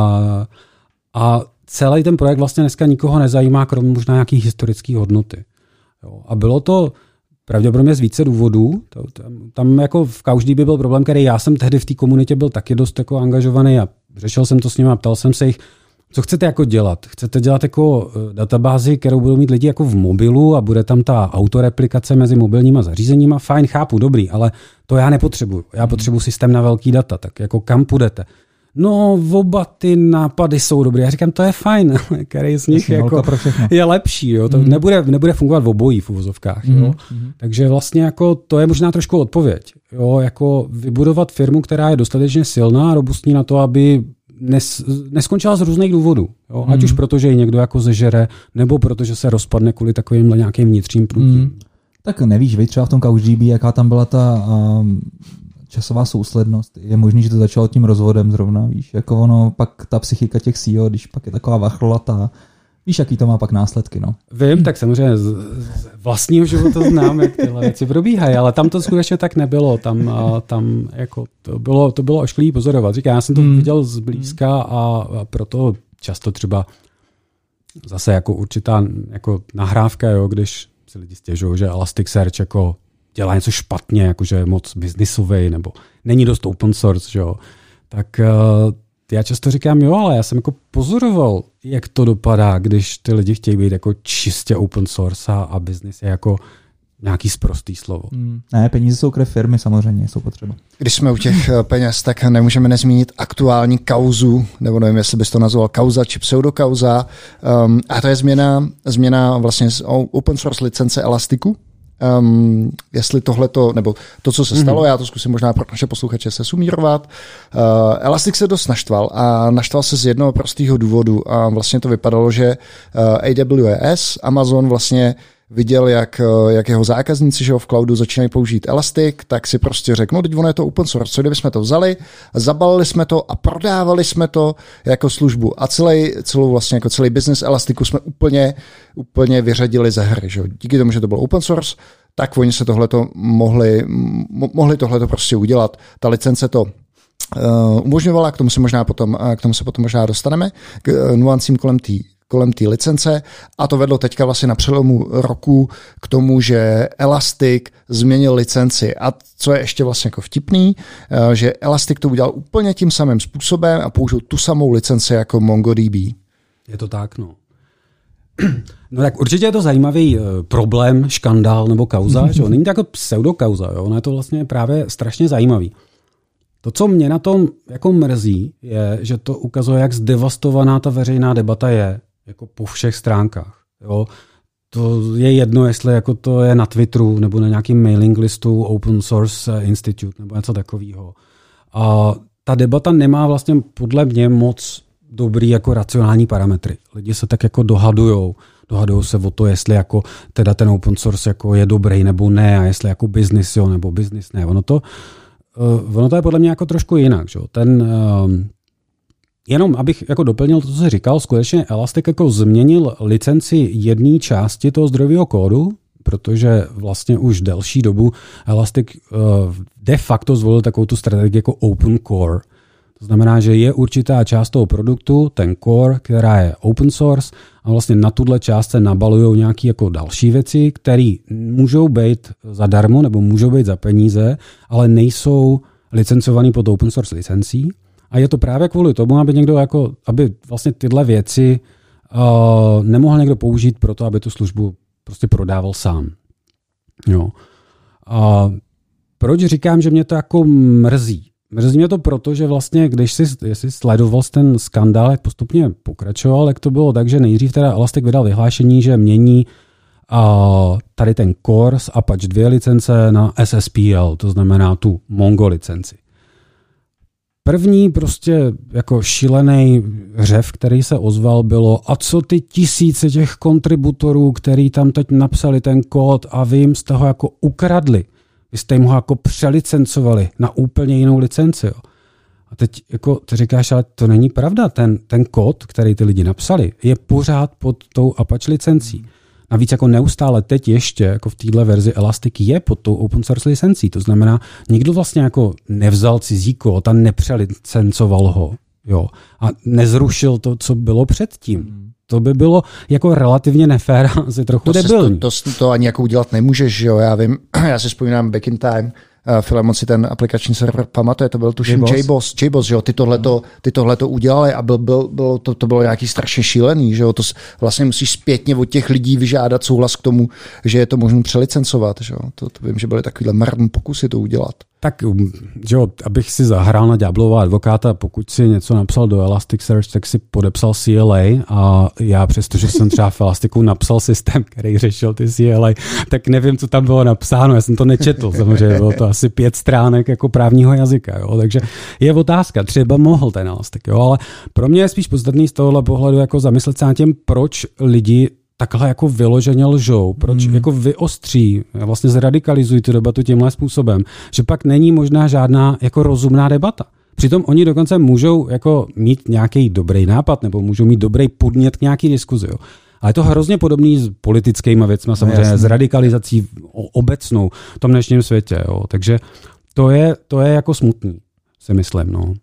a celý ten projekt vlastně dneska nikoho nezajímá, kromě možná nějaký historické hodnoty. Jo. A bylo to pravděpodobně z více důvodů. Tam jako v CouchDB byl problém, který já jsem tehdy v té komunitě byl taky dost jako angažovaný a řešil jsem to s nimi a ptal jsem se jich, co chcete jako dělat? Chcete dělat jako databázi, kterou budou mít lidi jako v mobilu a bude tam ta autoreplikace mezi mobilníma zařízeníma? Fajn, chápu, dobrý, ale to já nepotřebuju. Já potřebuji systém na velký data, tak jako kam půjdete? No, oba ty nápady jsou dobré. Já říkám, to je fajn, který z nich jako je lepší. Jo? To nebude fungovat v obojí v uvozovkách. Jo? Takže vlastně jako to je možná trošku odpověď. Jo? Jako vybudovat firmu, která je dostatečně silná a robustní na to, aby neskončila z různých důvodů. Jo? Ať už proto, že ji někdo jako zežere, nebo protože se rozpadne kvůli takovým nějakým vnitřním prutím. Tak nevíš, vy třeba v tom CouchDB, jaká tam byla ta časová souslednost. Je možný, že to začalo tím rozvodem zrovna, víš, jako ono, pak ta psychika těch CEO, když pak je taková vachlolatá, víš, jaký to má pak následky, no. Vím, tak samozřejmě z vlastního života znám, jak tyhle věci probíhají, ale tam to skutečně tak nebylo. Tam jako to bylo ošklivý pozorovat. Říkám, já jsem to viděl zblízka a proto často třeba zase jako určitá jako nahrávka, jo, když si lidi stěžují, že Elasticsearch jako dělá něco špatně, jakože je moc biznisový, nebo není dost open source, že jo. Tak já často říkám, jo, ale já jsem jako pozoroval, jak to dopadá, když ty lidi chtějí být jako čistě open source a business je jako nějaký sprostý slovo. Ne, peníze jsou krev firmy, samozřejmě jsou potřeba. Když jsme u těch peněz, tak nemůžeme nezmínit aktuální kauzu, nebo nevím, jestli bys to nazval kauza či pseudokauza, a to je změna vlastně z open source licence Elastiku. Jestli tohleto, nebo to, co se stalo, já to zkusím možná pro naše posluchače se sumírovat. Elastic se dost naštval a naštval se z jednoho prostého důvodu a vlastně to vypadalo, že AWS, Amazon vlastně viděl, jak jeho zákazníci, že ho v cloudu začínají použít Elastic, tak si prostě řekl, no teď ono je to open source, co kdybychom to vzali, zabalili jsme to a prodávali jsme to jako službu a celou vlastně jako celý business Elasticu jsme úplně vyřadili ze hry. Že? Díky tomu, že to bylo open source, tak oni se tohleto mohli tohleto prostě udělat. Ta licence to umožňovala, k tomu se potom možná dostaneme, k nuancím kolem té licence a to vedlo teďka vlastně na přelomu roku k tomu, že Elastic změnil licenci a co je ještě vlastně jako vtipný, že Elastic to udělal úplně tím samým způsobem a použil tu samou licenci jako MongoDB. Je to tak, no. No tak určitě je to zajímavý problém, škandál nebo kauza, že není to jako pseudokauza, jo? Ono je to vlastně právě strašně zajímavý. To, co mě na tom jako mrzí, je, že to ukazuje, jak zdevastovaná ta veřejná debata je, jako po všech stránkách. Jo? To je jedno, jestli jako to je na Twitteru nebo na nějakém mailing listu Open Source Institute nebo něco takového. A ta debata nemá vlastně podle mě moc dobrý jako racionální parametry. Lidi se tak jako dohadujou se o to, jestli jako teda ten open source jako je dobrý nebo ne a jestli jako business jo nebo business ne. Ono to je podle mě jako trošku jinak. Že? Jenom abych jako doplnil to, co jsi říkal, skutečně Elastic jako změnil licenci jedné části toho zdrojového kódu, protože vlastně už delší dobu Elastic de facto zvolil takovou tu strategii jako open core. To znamená, že je určitá část toho produktu, ten core, která je open source a vlastně na tuhle část se nabalují nějaké jako další věci, které můžou být zadarmo nebo můžou být za peníze, ale nejsou licencovaný pod open source licencí. A je to právě kvůli tomu, aby vlastně tyhle věci nemohl někdo použít pro to, aby tu službu prostě prodával sám. Jo. A proč říkám, že mě to jako mrzí? Mrzí mě to proto, že vlastně, jestli sledoval ten skandál, jak postupně pokračoval, jak to bylo tak, že nejdřív teda Elastic vydal vyhlášení, že mění tady ten Core z Apache 2 licence na SSPL, to znamená tu Mongo licenci. První prostě jako šílený řev, který se ozval, bylo a co ty tisíce těch kontributorů, který tam teď napsali ten kód a vy jim z toho jako ukradli. Vy jste jim ho jako přelicencovali na úplně jinou licenci. Jo. A teď jako ty říkáš, ale to není pravda. Ten kód, který ty lidi napsali, je pořád pod tou Apache licencí. Navíc jako neustále teď ještě jako v téhle verzi Elastic je pod tou open source licencí. To znamená, nikdo vlastně jako nevzal cizí kód a nepřelicencoval ho. Jo. A nezrušil to, co bylo předtím. To by bylo jako relativně nefér, asi trochu debilní. To ani jako udělat nemůžeš, jo. Já vím, já si vzpomínám back in time, Filemon si ten aplikační server pamatuje, to byl tuším JBoss, že jo, ty tohleto udělali a to bylo nějaký strašně šílený, že jo, to vlastně musíš zpětně od těch lidí vyžádat souhlas k tomu, že je to možno přelicencovat, že jo, to vím, že byly takovýhle marný pokusy to udělat. Tak, že jo, abych si zahrál na ďáblova advokáta, pokud si něco napsal do Elasticsearch, tak si podepsal CLA a já přestože jsem třeba v Elasticu napsal systém, který řešil ty CLA, tak nevím, co tam bylo napsáno, já jsem to nečetl, samozřejmě bylo to asi 5 stránek jako právního jazyka, jo, takže je otázka, třeba mohl ten Elastic, jo, ale pro mě je spíš podstatný z tohohle pohledu jako zamyslet se nad tím, proč lidi takhle jako vyloženě lžou, proč jako vyostří, vlastně zradikalizují tu debatu tímhle způsobem, že pak není možná žádná jako rozumná debata. Přitom oni dokonce můžou jako mít nějaký dobrý nápad nebo můžou mít dobrý podnět k nějaký diskuzi. Jo. Ale je to hrozně podobný s politickými věcmi, samozřejmě s radikalizací obecnou v tom dnešním světě. Jo. Takže to je jako smutný, si myslím. No.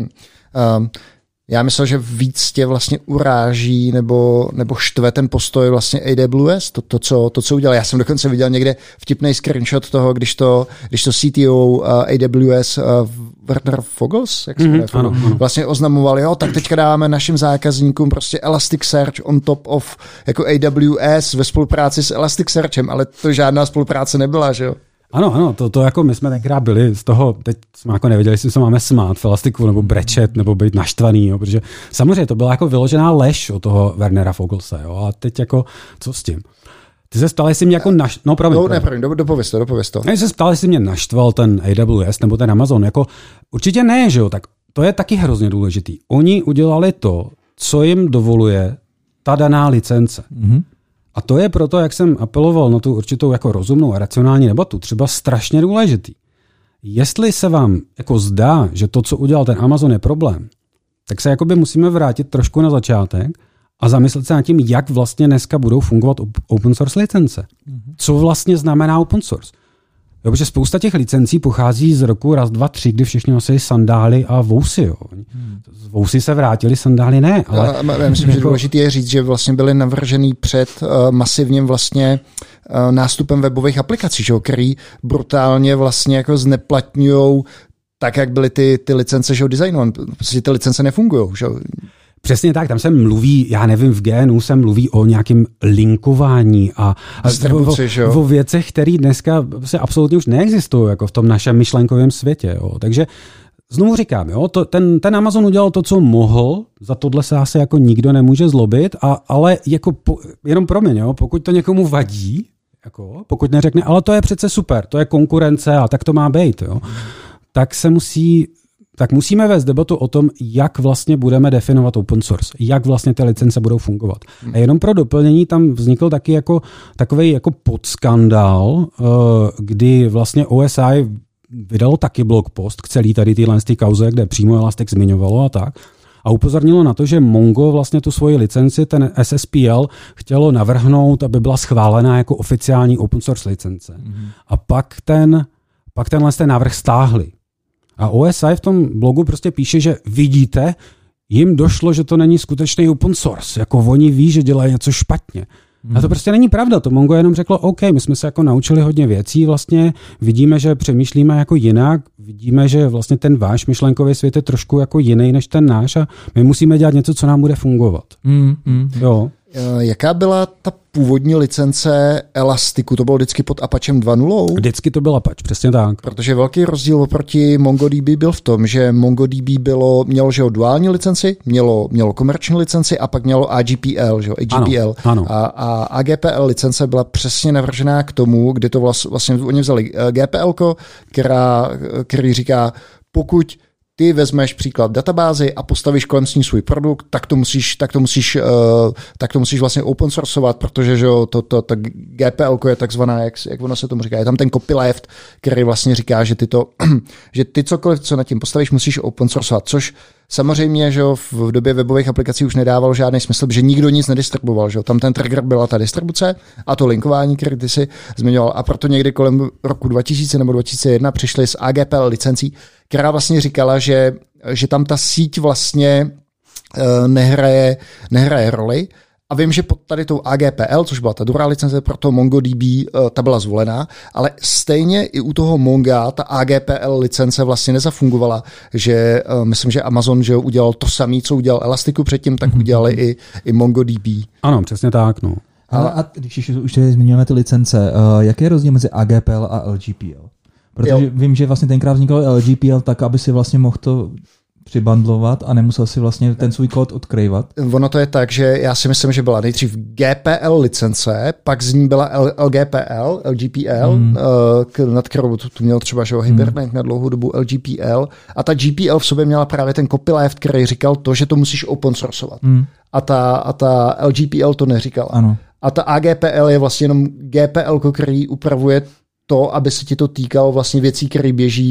Já myslel, že víc tě vlastně uráží nebo štve ten postoj vlastně AWS, to, co udělal. Já jsem dokonce viděl někde vtipný screenshot toho, když to CTO AWS Werner Vogels, jak se jmenuje, vlastně oznamoval, jo, tak teďka dáváme našim zákazníkům prostě Elasticsearch on top of jako AWS ve spolupráci s Elasticsearchem, ale to žádná spolupráce nebyla, že jo? Ano, to jako my jsme tenkrát byli z toho, teď jsme jako nevěděli, jestli se máme smát v Elastiku, nebo brečet, nebo být naštvaný, jo, protože samozřejmě to byla jako vyložená lež od toho Wernera Vogelse, jo, a teď jako, co s tím? Ty se ptal, jestli mě jako dopověz to. Ty se ptal, jestli mě naštval ten AWS nebo ten Amazon, jako určitě ne, že jo, tak to je taky hrozně důležitý. Oni udělali to, co jim dovoluje ta daná licence. Mm-hmm. A to je proto, jak jsem apeloval na tu určitou jako rozumnou a racionální debatu, třeba strašně důležitý. Jestli se vám jako zdá, že to, co udělal ten Amazon, je problém, tak se jakoby musíme vrátit trošku na začátek a zamyslet se nad tím, jak vlastně dneska budou fungovat open source licence. Co vlastně znamená open source? Jo, protože spousta těch licencí pochází z roku 1, 2, 3, kdy všichni nosili sandály a vousy. Jo. Z vousy se vrátili, sandály ne. Ale já myslím, že důležité je říct, že vlastně byly navržený před masivním vlastně nástupem webových aplikací, že, který brutálně vlastně jako zneplatňujou tak, jak byly ty licence, že designované. Prostě ty licence nefungují. Že? Přesně tak, tam se mluví, já nevím, v GNU se mluví o nějakém linkování a o věcech, které dneska se absolutně už neexistují jako v tom našem myšlenkovém světě. Jo. Takže znovu říkám, jo, ten Amazon udělal to, co mohl, za tohle se asi jako nikdo nemůže zlobit, ale jako jenom pro mě, jo, pokud to někomu vadí, jako, pokud neřekne, ale to je přece super, to je konkurence a tak to má být, jo, tak musíme vést debatu o tom, jak vlastně budeme definovat open source, jak vlastně ty licence budou fungovat. A jenom pro doplnění tam vznikl taky jako takovej jako podskandál, kdy vlastně OSI vydalo taky blog post k celý tady téhle kauze, kde přímo Elastic zmiňovalo a tak. A upozornilo na to, že Mongo vlastně tu svoji licenci, ten SSPL, chtělo navrhnout, aby byla schválená jako oficiální open source licence. A pak tenhle návrh stáhli. A OSI v tom blogu prostě píše, že vidíte, jim došlo, že to není skutečný open source. Jako oni ví, že dělají něco špatně. A to prostě není pravda. To Mongo jenom řeklo, OK, my jsme se jako naučili hodně věcí, vlastně vidíme, že přemýšlíme jako jinak, vidíme, že vlastně ten váš myšlenkový svět je trošku jako jiný než ten náš a my musíme dělat něco, co nám bude fungovat. Jo. Jaká byla ta původní licence Elastiku? To bylo vždycky pod Apachem 2.0? Vždycky to byl Apache, přesně tak. Protože velký rozdíl oproti MongoDB byl v tom, že MongoDB mělo že duální licenci, mělo komerční licenci a pak mělo AGPL, že AGPL. Ano. A AGPL licence byla přesně navržená k tomu, kdy to vlastně oni vzali GPL-ko, který říká, pokud ty vezmeš příklad databázy a postavíš kolem s ní svůj produkt, tak to musíš vlastně open sourceovat, protože že to GPL je takzvaná, jak ono se tomu říká, je tam ten copyleft, který vlastně říká, že ty cokoliv, co nad tím postavíš, musíš open sourceovat, což samozřejmě, že v době webových aplikací už nedávalo žádný smysl, že nikdo nic nedistribuoval, že tam ten trigger byla ta distribuce a to linkování, který ty si zmiňoval, a proto někdy kolem roku 2000 nebo 2001 přišli s AGPL licencí, která vlastně říkala, že tam ta síť vlastně nehraje roli. A vím, že pod tady tou AGPL, což byla ta druhá licence pro to MongoDB, ta byla zvolená, ale stejně i u toho Monga ta AGPL licence vlastně nezafungovala, že myslím, že Amazon že udělal to samé, co udělal Elastiku předtím, tak udělali i MongoDB. Ano, přesně tak, no. A když už tady zmiňujeme ty licence, jaký je rozdíl mezi AGPL a LGPL? Protože vím, že vlastně tenkrát vznikl LGPL tak, aby si vlastně mohl to přibandlovat a nemusel si vlastně ten svůj kód odkryvat. Ono to je tak, že já si myslím, že byla nejdřív GPL licence, pak z ní byla LGPL, nad kterou tu měl třeba Hibernate na dlouhou dobu LGPL, a ta GPL v sobě měla právě ten copyleft, který říkal to, že to musíš open sourceovat. A ta LGPL to neříkala. Ano. A ta AGPL je vlastně jenom GPL, který upravuje to, aby se ti to týkalo vlastně věcí, které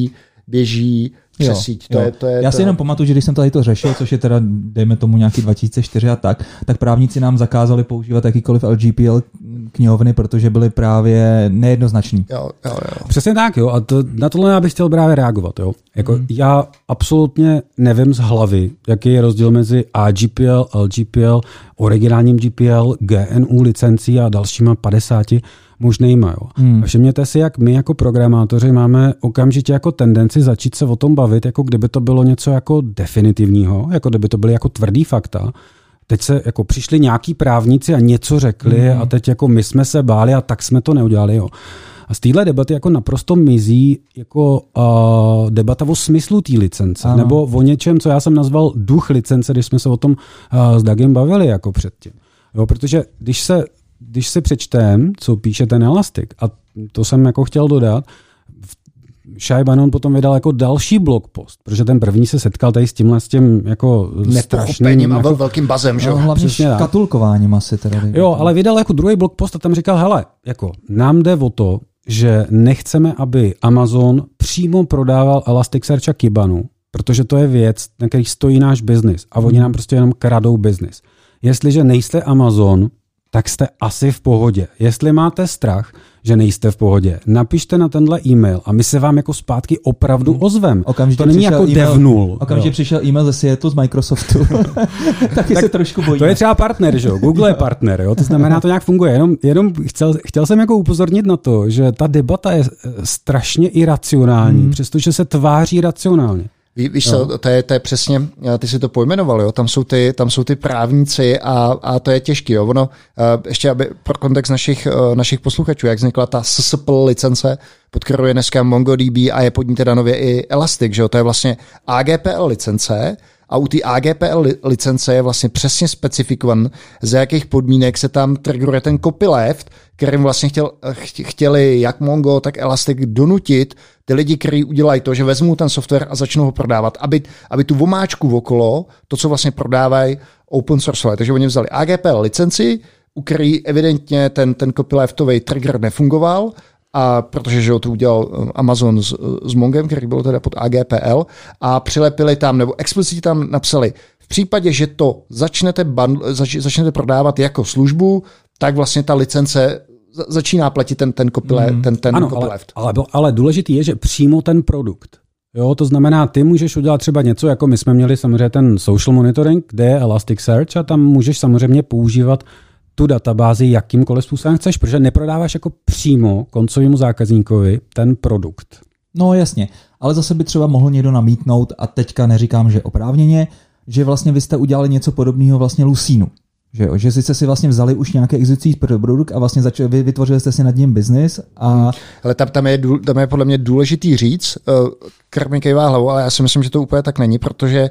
běží přes síť. Já si jenom pamatuju, že když jsem tady to řešil, což je teda, dejme tomu nějaký 2004 a tak právníci nám zakázali používat jakýkoliv LGPL knihovny, protože byly právě nejednoznační. Jo. Přesně tak, jo. A na tohle já bych chtěl právě reagovat, jo. Jako já absolutně nevím z hlavy, jaký je rozdíl mezi AGPL, LGPL, originálním GPL, GNU licencí a dalšíma 50 možnejma. Jo. A všimněte si, jak my jako programátoři máme okamžitě jako tendenci začít se o tom bavit, jako kdyby to bylo něco jako definitivního, jako kdyby to byly jako tvrdý fakta. Teď se jako přišli nějaký právníci a něco řekli a teď jako my jsme se báli a tak jsme to neudělali. Jo. A z téhle debaty jako naprosto mizí jako debata o smyslu té licence, nebo o něčem, co já jsem nazval duch licence, když jsme se o tom s Dagem bavili jako předtím. Jo, protože když se přečtem, co píše ten Elastic, a to jsem jako chtěl dodat, Shai Banon potom vydal jako další blog post, protože ten první se setkal tady s tím jako strašným a velkým bazem, že? No, hlavně škatulkováním asi teda. Jo, ale vydal jako druhý blog post a tam říkal, hele, jako nám jde o to, že nechceme, aby Amazon přímo prodával Elasticsearch a Kibanu, protože to je věc, na který stojí náš biznis a oni nám prostě jenom kradou biznis. Jestliže nejste Amazon, tak jste asi v pohodě. Jestli máte strach, že nejste v pohodě, napište na tenhle e-mail a my se vám jako zpátky opravdu ozvem. To není jako dev0. Okamžitě přišel e-mail ze Seattle z Microsoftu. Taky se trošku bojíme. To je třeba partner, že jo? Google je partner, jo? To znamená, to nějak funguje. Jenom chtěl jsem jako upozornit na to, že ta debata je strašně iracionální, přestože se tváří racionálně. Víš co, to je přesně, ty si to pojmenoval, jo? Tam jsou ty právníci a to je těžký. Jo? Ono, ještě aby pro kontext našich posluchačů, jak vznikla ta SSPL licence, pod kterou je dneska MongoDB a je pod ní teda nově i Elastic, že jo? To je vlastně AGPL licence a u té AGPL licence je vlastně přesně specifikovan, za jakých podmínek se tam triggeruje ten copyleft, kterým vlastně chtěli jak Mongo, tak Elastic donutit ty lidi, kteří udělají to, že vezmou ten software a začnou ho prodávat, aby tu vomáčku okolo, to, co vlastně prodávají, open sourceovali. Takže oni vzali AGPL licenci, u který evidentně ten copyleftový trigger nefungoval, a protože že to udělal Amazon s Mongem, který byl teda pod AGPL, a přilepili tam, nebo explicitně tam napsali, v případě, že to začnete prodávat jako službu, tak vlastně ta licence začíná platit ten copyleft. Ale důležitý je, že přímo ten produkt. Jo, to znamená, ty můžeš udělat třeba něco, jako my jsme měli samozřejmě ten social monitoring, kde je Elasticsearch a tam můžeš samozřejmě používat tu databázi jakýmkoliv způsobem chceš, protože neprodáváš jako přímo koncovému zákazníkovi ten produkt. No jasně, ale zase by třeba mohl někdo namítnout, a teďka neříkám, že oprávněně, že vlastně vy jste udělali něco podobného vlastně Lucínu. Že sice si vlastně vzali už nějaký existující produkt a vlastně vytvořili jste si nad ním biznis. Ale tam je podle mě důležitý říct, krmí kejvá hlavou, ale já si myslím, že to úplně tak není, protože,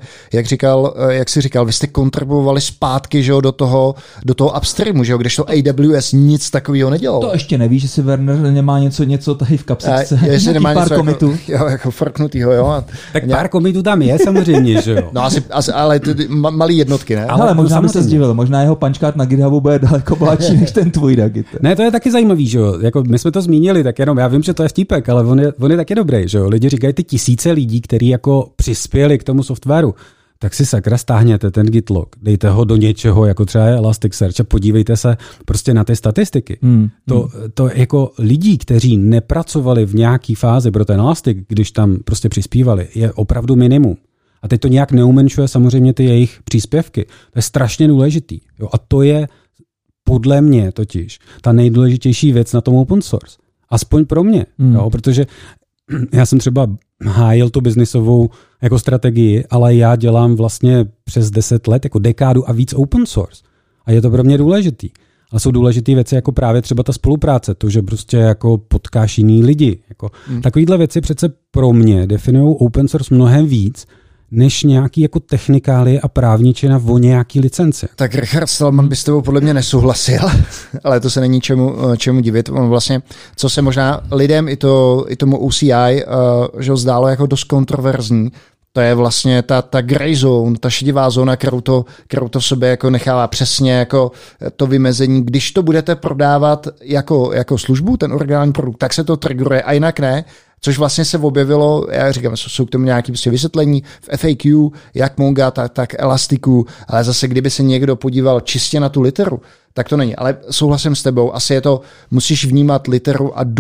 jak jsi říkal, vy jste kontribuovali zpátky, že jo, do toho upstreamu, že jo, kdežto AWS nic takového nedělal. To ještě nevíš, že si Werner nemá něco tady v kapsičce. Jestli nemá pár komitů. Jako forknutýho, jo. Tak pár komitů tam je samozřejmě, že jo. No asi ale malý jednotky, ne? Ale možná by se zdivil, možná jeho punchcard na GitHubu bude daleko bohatší než ten tvůj, Dagi. Ne, to je taky zajímavý, že jo. Jako my jsme to zmínili, tak jenom já vím, že to je vtípek, ale on je taky dobrý, že jo. Lidi říkají ty tisíce lidí, kteří jako přispěli k tomu softwaru. Tak si sakra stáhněte ten Gitlog, dejte ho do něčeho, jako třeba je Elasticsearch a podívejte se prostě na ty statistiky. To jako lidí, kteří nepracovali v nějaký fázi pro ten Elastic, když tam prostě přispívali, je opravdu minimum. A teď to nějak neumenšuje samozřejmě ty jejich příspěvky. To je strašně důležitý. Jo? A to je podle mě totiž ta nejdůležitější věc na tom open source. Aspoň pro mě. Jo? Protože já jsem třeba hájil tu biznisovou jako strategii, ale já dělám vlastně přes 10 let, jako dekádu a víc open source. A je to pro mě důležitý. Ale jsou důležité věci jako právě třeba ta spolupráce, to, že prostě jako potkáš jiný lidi. Jako takovýhle věci přece pro mě definují open source mnohem víc, než nějaký jako technikálie a právničina o nějaký licenci. Tak Richard Stallman by s tebou podle mě nesouhlasil, ale to se není čemu divit. On vlastně, co se možná lidem i tomu OCI, že zdálo jako dost kontroverzní, to je vlastně ta gray zone, ta šedivá zóna, kterou to v sobě jako nechává přesně jako to vymezení. Když to budete prodávat jako službu, ten originální produkt, tak se to triggeruje a jinak ne. Což vlastně se objevilo, já říkám, jsou k tomu nějaké prostě vysvětlení v FAQ, jak Monga, tak Elastiku, ale zase kdyby se někdo podíval čistě na tu literu, tak to není. Ale souhlasím s tebou, asi je to, musíš vnímat literu a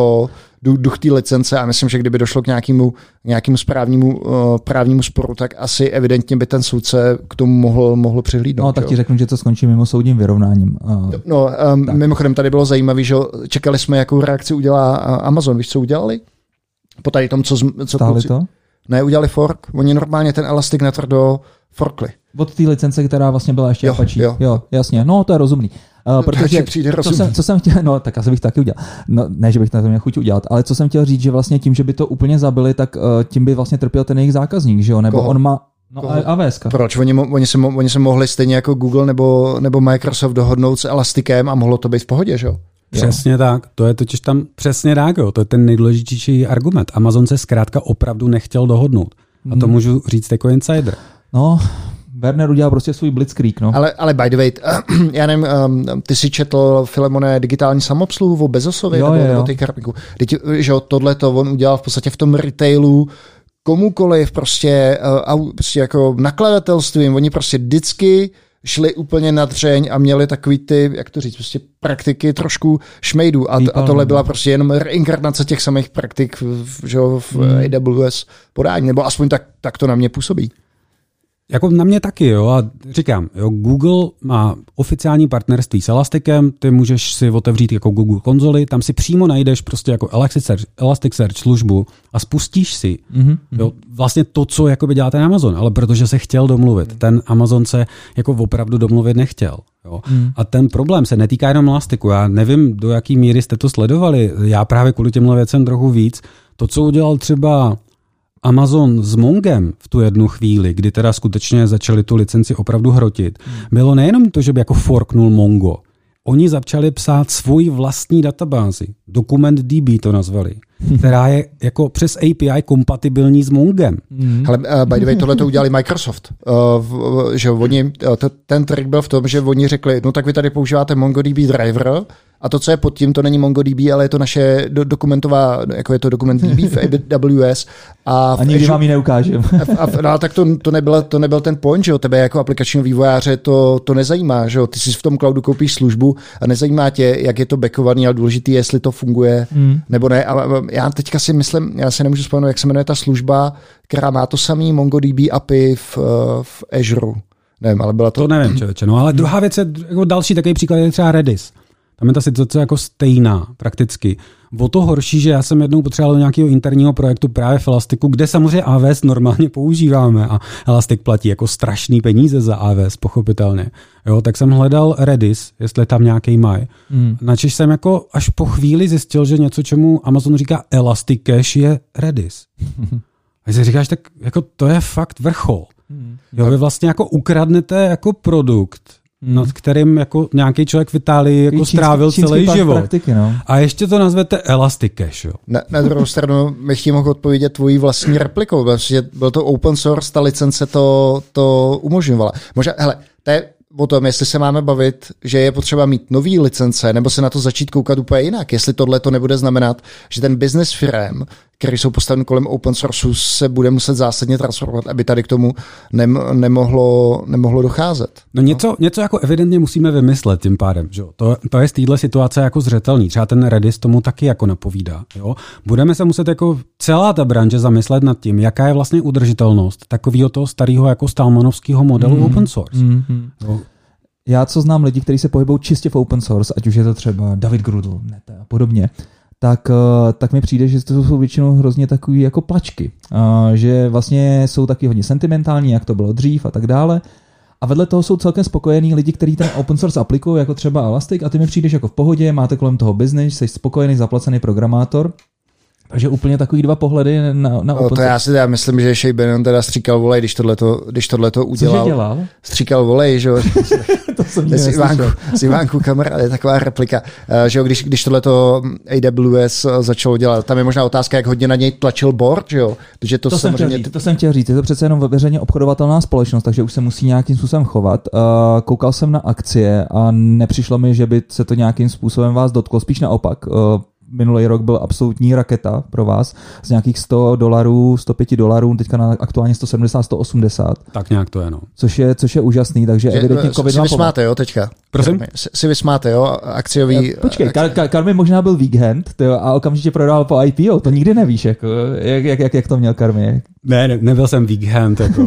duch té licence a myslím, že kdyby došlo k nějakému právnímu sporu, tak asi evidentně by ten soudce k tomu mohl přihlídnout. No tak ti řeknu, že to skončí mimo soudním vyrovnáním. Mimochodem tady bylo zajímavé, že čekali jsme, jakou reakci udělá Amazon. Víš, co udělali? Po tady tom, co stáli to? Ne, udělali fork. Oni normálně ten Elastic netvrdo forkli. Od té licence, která vlastně byla ještě Apache. Jo, jasně. No, to je rozumný. Protože co jsem chtěl, no tak asi bych taky udělal. No, ne, že bych na to měl chuť udělat, ale co jsem chtěl říct, že vlastně tím, že by to úplně zabili, tak tím by vlastně trpěl ten jejich zákazník, že jo? Nebo Koho? On má AWS. Proč? Oni se mohli stejně jako Google nebo Microsoft dohodnout s Elasticem a mohlo to být v pohodě, že jo? Přesně tak, to je totiž tam přesně tak, jo. To je ten nejdůležitější argument. Amazon se zkrátka opravdu nechtěl dohodnout. A to můžu říct jako insider. No, Werner udělal prostě svůj blitzkrieg, no. Ale by the way, já nevím, ty si četl, Filemone, digitální samoobsluhu o Bezosovi nebo o té Karpiku. Že tohleto on udělal v podstatě v tom retailu komukoliv prostě jako nakladatelstvím. Oni prostě vždycky šli úplně na dřeň a měli takový ty, jak to říct, prostě praktiky trošku šmejdů. A tohle byla prostě jenom reinkarnace těch samých praktik v AWS podání, nebo aspoň tak to na mě působí. Jako na mě taky, jo, a říkám, jo, Google má oficiální partnerství s Elasticem, ty můžeš si otevřít jako Google konzoli, tam si přímo najdeš prostě jako Elasticsearch službu a spustíš si jo, vlastně to, co jakoby dělá ten Amazon, ale protože se chtěl domluvit, ten Amazon se jako opravdu domluvit nechtěl. Jo. A ten problém se netýká jenom Elastiku, já nevím, do jaký míry jste to sledovali, já právě kvůli těmhle věcem trochu víc, to, co udělal třeba Amazon s Mongem v tu jednu chvíli, kdy teda skutečně začali tu licenci opravdu hrotit, bylo nejenom to, že by jako forknul Mongo. Oni začali psát svoji vlastní databázi. DocumentDB to nazvali. Která je jako přes API kompatibilní s Mongem. Ale by the way, tohle to udělali Microsoft. Že oni, ten trik byl v tom, že oni řekli, no tak vy tady používáte MongoDB driver a to, co je pod tím, to není MongoDB, ale je to naše dokumentová, jako je to DocumentDB v AWS. A nikdy vám ji neukážem. No, tak to nebyl ten point, že jo, tebe jako aplikačního vývojáře to nezajímá, že jo, ty si v tom cloudu koupíš službu a nezajímá tě, jak je to backovaný, ale důležitý je, jestli to funguje nebo ne. A já teďka si myslím, já si nemůžu vzpomenout, jak se jmenuje ta služba, která má to samý MongoDB API v Azure. Nevím, ale byla to... To nevím, člověče. No ale druhá věc je, jako další takový příklad je třeba Redis. Tam je ta situace jako stejná prakticky. O to horší, že já jsem jednou potřeboval do nějakého interního projektu právě v Elastiku, kde samozřejmě AWS normálně používáme a Elastic platí jako strašný peníze za AWS, pochopitelně. Jo, tak jsem hledal Redis, jestli tam nějaký mají. Načež jsem jako až po chvíli zjistil, že něco, čemu Amazon říká Elastic Cache, je Redis. A si říkáš, tak jako to je fakt vrchol. Jo, vy vlastně jako ukradnete jako produkt, nad kterým jako nějaký člověk v Itálii jako strávil celý život. Praktiky, no. A ještě to nazvete Elastic Cache. Jo. Na druhou stranu bych ti mohl odpovědět tvojí vlastní replikou, protože byl to open source, ta licence to umožňovala. Možná, hele, to je o tom, jestli se máme bavit, že je potřeba mít nový licence, nebo se na to začít koukat úplně jinak. Jestli tohle to nebude znamenat, že ten business firm, který jsou postaveny kolem open sourceu, se bude muset zásadně transformovat, aby tady k tomu nemohlo docházet. No něco jako evidentně musíme vymyslet tím pádem. Že? To je z téhle situace jako zřetelný. Třeba ten Redis tomu taky jako napovídá. Jo? Budeme se muset jako celá ta branže zamyslet nad tím, jaká je vlastně udržitelnost takového toho starého jako Stallmanovského modelu open source. Jo? Já co znám lidi, kteří se pohybují čistě v open source, ať už je to třeba David Grudl, Nete a podobně, tak mi přijde, že to jsou většinou hrozně takový jako plačky. Že vlastně jsou taky hodně sentimentální, jak to bylo dřív a tak dále. A vedle toho jsou celkem spokojení lidi, kteří ten open source aplikují, jako třeba Elastic, a ty mi přijdeš jako v pohodě, máte kolem toho business, jsi spokojený, zaplacený programátor. Takže úplně takový dva pohledy na open source. Já myslím, že Shay Bannon teda stříkal volej, když tohleto udělal. Cože dělal? Stříkal volej, že jo. To jsem z Ivánku kamera, je taková replika, že jo, když tohleto AWS začalo dělat. Tam je možná otázka, jak hodně na něj tlačil board, že jo. Protože to samozřejmě... jsem chtěl říct, je to přece jenom veřejně obchodovatelná společnost, takže už se musí nějakým způsobem chovat. Koukal jsem na akcie a nepřišlo mi, že by se to nějakým způsobem vás dotklo, spíš naopak. Minulý rok byl absolutní raketa pro vás z nějakých $100, $105, teďka na aktuálně 170, 180. Tak nějak to je, no. Což je úžasný, takže evidentně COVID vám vysmáte, jo, teďka. Prosím? Si vysmáte, jo, akciový... Počkej, Karmi možná byl weekend a okamžitě prodával po IPO, to nikdy nevíš, jako, jak to měl Karmi. Ne, nebyl jsem weekend, jako,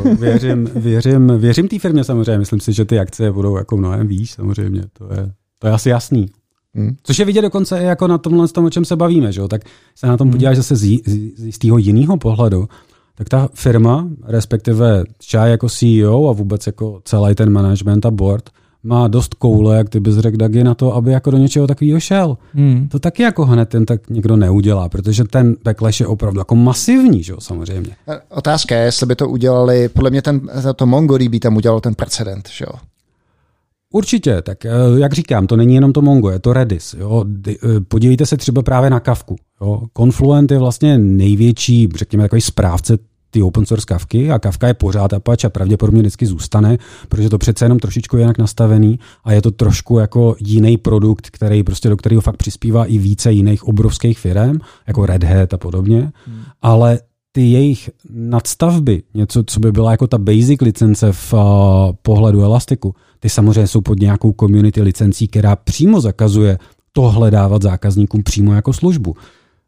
věřím té firmě samozřejmě, myslím si, že ty akcie budou jako mnohem výš, samozřejmě, to je asi jasný. Což je vidět dokonce i jako na tomhle, o čem se bavíme, že? Tak se na tom podíváš zase z jistého jiného pohledu, tak ta firma, respektive Chai jako CEO a vůbec jako celý ten management a board, má dost koule, jak ty bys řekl, Dagi, na to, aby jako do něčeho takového šel. To taky jako hned ten tak někdo neudělá, protože ten backlash je opravdu jako masivní, že? Samozřejmě. Otázka je, jestli by to udělali, podle mě to MongoDB tam udělal ten precedent, že jo? Určitě, tak jak říkám, to není jenom to Mongo, je to Redis. Jo. Podívejte se třeba právě na Kafku. Jo. Confluent je vlastně největší, řekněme, takový správce ty open source Kafky a Kafka je pořád Apache a pravděpodobně vždycky zůstane, protože to přece jenom trošičku jinak nastavený a je to trošku jako jiný produkt, který prostě do kterého fakt přispívá i více jiných obrovských firem, jako Red Hat a podobně, ale ty jejich nadstavby, něco, co by byla jako ta basic licence v pohledu Elastiku, ty samozřejmě jsou pod nějakou community licencí, která přímo zakazuje tohle dávat zákazníkům přímo jako službu.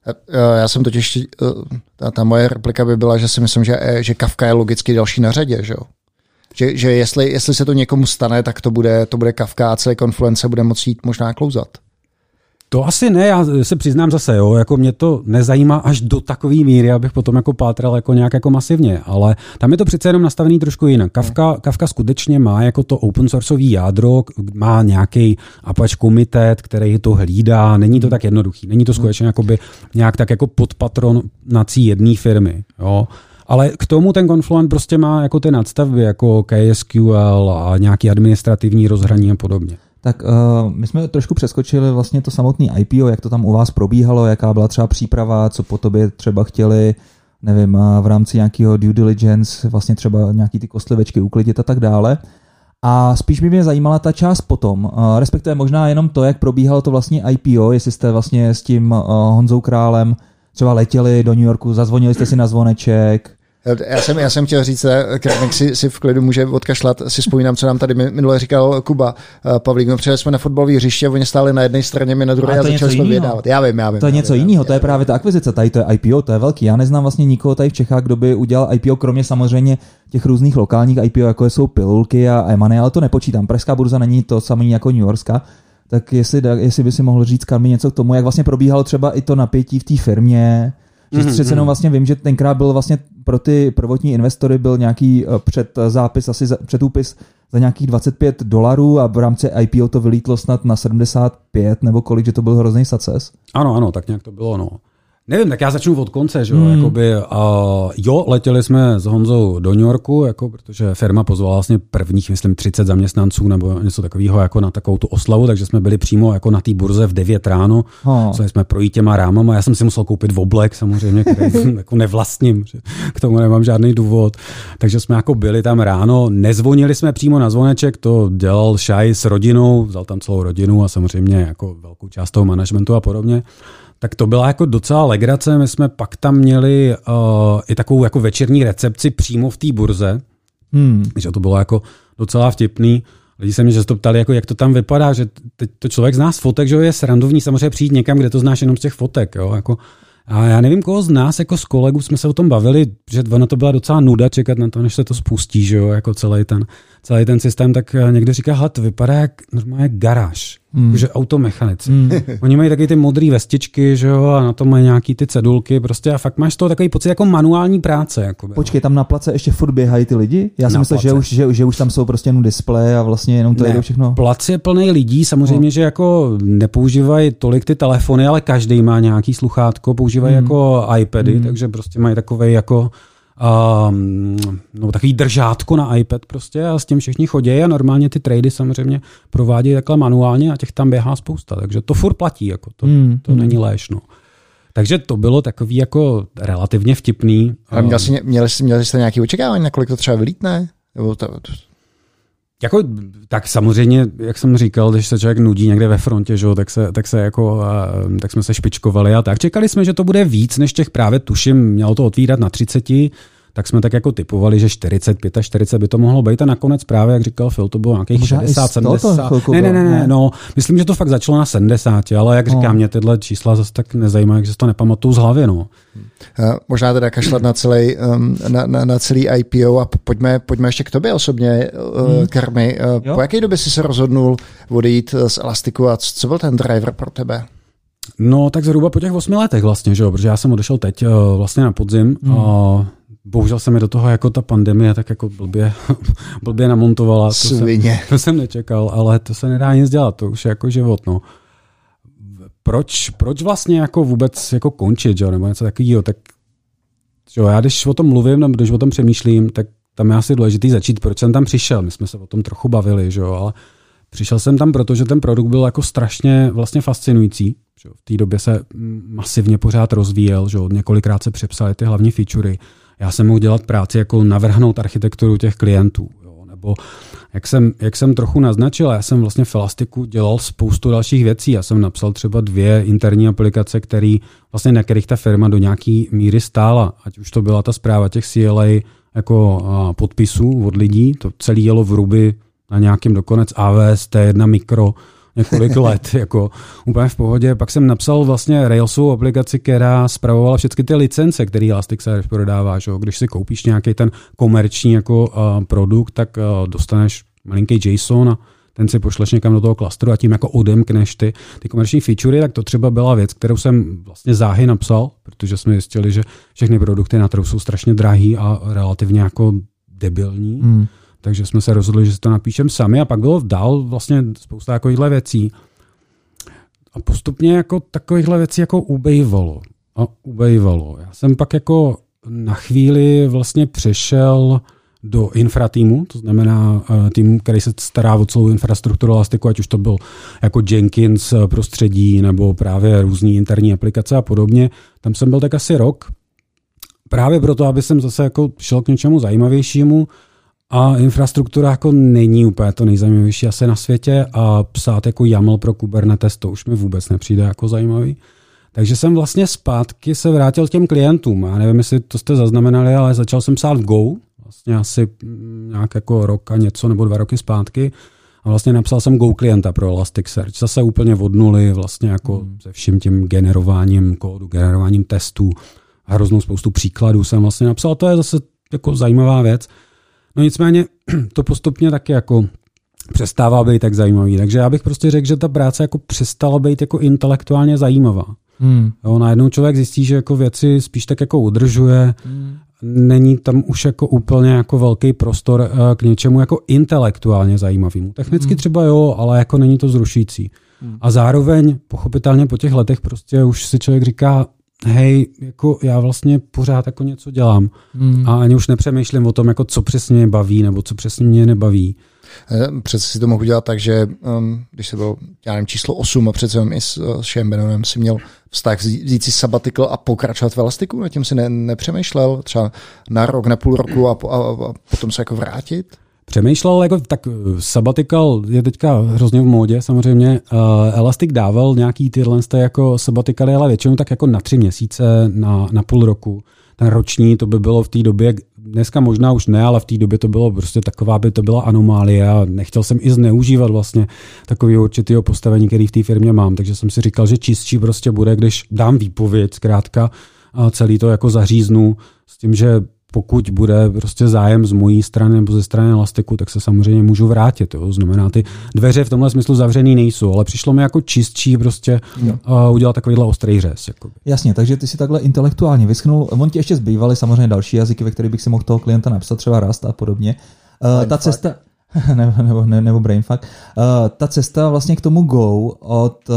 Já jsem totiž, ta moje replika by byla, že si myslím, že Kafka je logicky další na řadě, že jo? Že jestli se to někomu stane, tak to bude Kafka a celý Confluence bude moci jít možná klouzat. To asi ne, já se přiznám zase, jo, jako mě to nezajímá až do takové míry, abych potom jako pátral jako nějak jako masivně, ale tam je to přece jenom nastavený trošku jinak. Kafka skutečně má jako to open sourceový jádro, má nějaký Apache komitet, který to hlídá, není to tak jednoduchý, není to skutečně jakoby nějak tak jako pod patronací jedné firmy, jo. Ale k tomu ten Confluent prostě má jako ty nadstavby, jako KSQL a nějaký administrativní rozhraní a podobně. Tak my jsme trošku přeskočili vlastně to samotné IPO, jak to tam u vás probíhalo, jaká byla třeba příprava, co po tobě třeba chtěli, nevím, v rámci nějakého due diligence, vlastně třeba nějaký ty kostlivečky uklidit a tak dále. A spíš by mě zajímala ta část potom, respektive možná jenom to, jak probíhalo to vlastně IPO, jestli jste vlastně s tím Honzou Králem třeba letěli do New Yorku, zazvonili jste si na zvoneček. Já jsem chtěl říct, Kramek si v klidu může odkašlat, si vzpomínám, co nám tady minule říkal Kuba Pavlík. My přijeli jsme na fotbalové hřiště, oni stáli na jedné straně, my na druhé a začali jsme vyjednávat. Já vím. To je něco jiného, to je právě ta akvizice, tady to je IPO, to je velký. Já neznám vlastně nikoho tady v Čechách, kdo by udělal IPO, kromě samozřejmě těch různých lokálních IPO, jako jsou Pilulky a Emany, ale to nepočítám. Pražská burza není to samý jako New Yorkská. tak jestli by si mohl říct, Karmi, něco k tomu, jak vlastně probíhalo třeba i to napětí v té firmě, že přece jenom vlastně vím, že tenkrát byl vlastně pro ty prvotní investory byl nějaký předúpis za nějakých $25 a v rámci IPO to vylítlo snad na 75 nebo kolik, že to byl hrozný success. Ano, tak nějak to bylo, no. Nevím, tak já začnu od konce, že jo, letěli jsme s Honzou do New Yorku, jako, protože firma pozvala vlastně prvních, myslím, 30 zaměstnanců nebo něco takového jako na takovou tu oslavu, takže jsme byli přímo jako na té burze v 9 ráno, museli jsme projít těma rámama, já jsem si musel koupit oblek samozřejmě, který jako nevlastním, že k tomu nemám žádný důvod, takže jsme jako byli tam ráno, nezvonili jsme přímo na zvoneček, to dělal Shai s rodinou, vzal tam celou rodinu a samozřejmě jako velkou část toho managementu a podobně. Tak to byla jako docela legrace, my jsme pak tam měli i takovou jako večerní recepci přímo v té burze, že to bylo jako docela vtipný. Lidi se mě často ptali, jako jak to tam vypadá, že teď to člověk zná z fotek, že je srandovní samozřejmě přijít někam, kde to znáš jenom z těch fotek. Jo? Jako, a já nevím, koho z nás, jako z kolegů jsme se o tom bavili, že ono to byla docela nuda čekat na to, než se to spustí, že jo? Jako celý ten systém, tak někdo říká, to vypadá jak normálně garáž, že automechanici. Oni mají taky ty modré vestičky, že jo, a na to mají nějaký ty cedulky, prostě a fakt máš z toho takový pocit jako manuální práce. Jakoby. Počkej, tam na place ještě furt běhají ty lidi? Já si myslel, že už tam jsou prostě jenom displeje a vlastně jenom to jde všechno. Plac je plný lidí, samozřejmě, že jako nepoužívají tolik ty telefony, ale každý má nějaký sluchátko, používají jako iPady, takže prostě mají takovej jako takový držátko na iPad prostě a s tím všichni chodí a normálně ty trady samozřejmě provádějí takhle manuálně a těch tam běhá spousta, takže to furt platí, jako to není léž, no. Takže to bylo takový jako relativně vtipný. Ale měli jste nějaké očekávání, nakolik to třeba vylítne? Jako, tak samozřejmě, jak jsem říkal, když se člověk nudí někde ve frontě, že, tak jsme se špičkovali a tak. Čekali jsme, že to bude víc, než těch právě tuším, mělo to otvírat na 30, tak jsme tak jako typovali, že 45 a 40 by to mohlo být a nakonec právě, jak říkal Phil, to bylo nějakých 60, 70. Ne, myslím, že to fakt začalo na 70, ale jak říkám, mě tyhle čísla zase tak nezajímají, že si to nepamatuju z hlavy, no. Možná teda kašlat na celý IPO a pojďme ještě k tobě osobně, Karmi. Po jaké době jsi se rozhodnul odejít z Elastiku a co byl ten driver pro tebe? No, tak zhruba po těch 8 letech vlastně, že jo, protože já jsem odešel teď vlastně na podzim a bohužel se mi do toho jako ta pandemie tak jako blbě namontovala. To jsem nečekal, ale to se nedá nic dělat, to už je jako život, no. Proč vlastně jako vůbec jako končit, jo, nebo něco takového, tak jo, já když o tom mluvím, nebo když o tom přemýšlím, tak tam je asi důležitý začít, proč jsem tam přišel, my jsme se o tom trochu bavili, že jo, ale přišel jsem tam, protože ten produkt byl jako strašně vlastně fascinující, že v té době se masivně pořád rozvíjel, že několikrát se přepsaly ty hlavní featurey. Já jsem mohl dělat práci jako navrhnout architekturu těch klientů, jo, nebo jak jsem trochu naznačil, já jsem vlastně v Elastiku dělal spoustu dalších věcí. Já jsem napsal třeba 2 interní aplikace, na kterých ta firma do nějaký míry stála. Ať už to byla ta správa těch CLA jako podpisů od lidí, to celé jelo v Ruby na nějakým dokonec AWS T1 Micro několik let, jako úplně v pohodě. Pak jsem napsal vlastně Railsovou aplikaci, která spravovala všechny ty licence, které Elasticsearch prodává. Že? Když si koupíš nějaký ten komerční jako produkt, tak dostaneš malinký JSON a ten si pošleš někam do toho klastru a tím jako odemkneš ty komerční featurey, tak to třeba byla věc, kterou jsem vlastně záhy napsal, protože jsme zjistili, že všechny produkty na trhu jsou strašně drahý a relativně jako debilní. Takže jsme se rozhodli, že si to napíšeme sami a pak bylo dál vlastně spousta takovýchhle věcí. A postupně jako takovýchhle věcí jako ubejvalo. Já jsem pak jako na chvíli vlastně přešel do infratýmu, to znamená tým, který se stará o celou infrastrukturu Elastiku, ať už to byl jako Jenkins prostředí nebo právě různý interní aplikace a podobně. Tam jsem byl tak asi rok. Právě proto, aby jsem zase jako šel k něčemu zajímavějšímu. A infrastruktura jako není úplně to nejzajímavější asi na světě a psát jako YAML pro Kubernetes, to už mi vůbec nepřijde jako zajímavý. Takže jsem vlastně zpátky se vrátil k těm klientům. Já nevím, jestli to jste zaznamenali, ale začal jsem psát v Go, vlastně asi nějak jako rok a něco nebo 2 roky zpátky. A vlastně napsal jsem Go klienta pro Elasticsearch. Zase úplně od nuly, vlastně jako se vším tím generováním kódu, generováním testů a hroznou spoustu příkladů jsem vlastně napsal. To je zase jako zajímavá věc. No nicméně to postupně taky jako přestává být tak zajímavý. Takže já bych prostě řekl, že ta práce jako přestala být jako intelektuálně zajímavá. Jo, najednou člověk zjistí, že jako věci spíš tak jako udržuje, není tam už jako úplně jako velký prostor k něčemu jako intelektuálně zajímavému. Technicky třeba jo, ale jako není to vzrušující. A zároveň pochopitelně po těch letech prostě už si člověk říká, hej, jako já vlastně pořád jako něco dělám a ani už nepřemýšlím o tom, jako co přesně mě baví nebo co přesně mě nebaví. Přece si to mohu dělat tak, že když se byl, já nevím, číslo 8 a přece i s Seanem Bannonem si měl vztah vzít si sabbatical a pokračovat v elastiku, nad tím si nepřemýšlel třeba na rok, na půl roku a potom se jako vrátit? Přemýšlel, jako tak sabbatical je teďka hrozně v módě samozřejmě. Elastic dával nějaký tyhle jako sabbaticaly, ale většinou tak jako na 3 měsíce, na půl roku. Ten roční, to by bylo v té době, dneska možná už ne, ale v té době to bylo prostě taková, by to byla anomálie a nechtěl jsem i zneužívat vlastně takového určitého postavení, který v té firmě mám, takže jsem si říkal, že čistší prostě bude, když dám výpověď zkrátka a celý to jako zaříznu s tím, že pokud bude prostě zájem z mojí strany nebo ze strany Elastiku, tak se samozřejmě můžu vrátit. Jo. Znamená, ty dveře v tomhle smyslu zavřený nejsou, ale přišlo mi jako čistší prostě udělat takovýhle ostrý řez. Jakoby. Jasně, takže ty si takhle intelektuálně vyschnul. On ti ještě zbývaly samozřejmě další jazyky, ve kterých bych si mohl toho klienta napsat, třeba Rust a podobně. Ta cesta nebo Brainfuck. Ta cesta vlastně k tomu Go od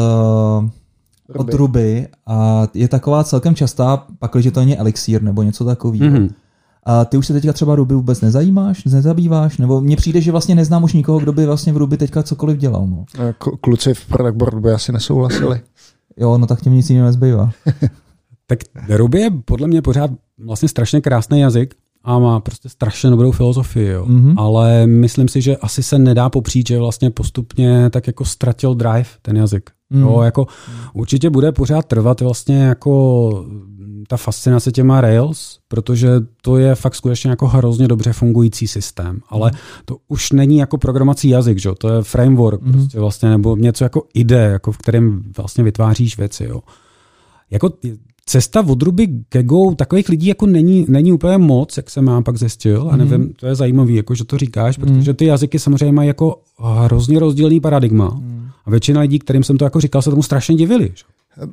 Ruby a je taková celkem častá, pakliže to není Elixir nebo něco takového. A ty už se teďka třeba Ruby vůbec nezabýváš? Nebo mně přijde, že vlastně neznám už nikoho, kdo by vlastně v Ruby teďka cokoliv dělal. No. Kluci v product boardu by asi nesouhlasili. Jo, no tak těm nic jiného nezbývá. Tak Ruby je podle mě pořád vlastně strašně krásný jazyk a má prostě strašně dobrou filozofii. Jo. Ale myslím si, že asi se nedá popřít, že vlastně postupně tak jako ztratil drive ten jazyk. Jo, jako určitě bude pořád trvat vlastně jako ta fascinace těma Rails, protože to je fakt skutečně jako hrozně dobře fungující systém, ale to už není jako programovací jazyk, že? To je framework prostě vlastně, nebo něco jako IDE, jako v kterém vlastně vytváříš věci. Jo. Jako cesta od Ruby ke Go takových lidí jako není úplně moc, jak jsem já pak zjistil, a nevím, to je zajímavý, jako, že to říkáš, protože ty jazyky samozřejmě mají jako hrozně rozdílný paradigma a většina lidí, kterým jsem to jako říkal, se tomu strašně divili. Že?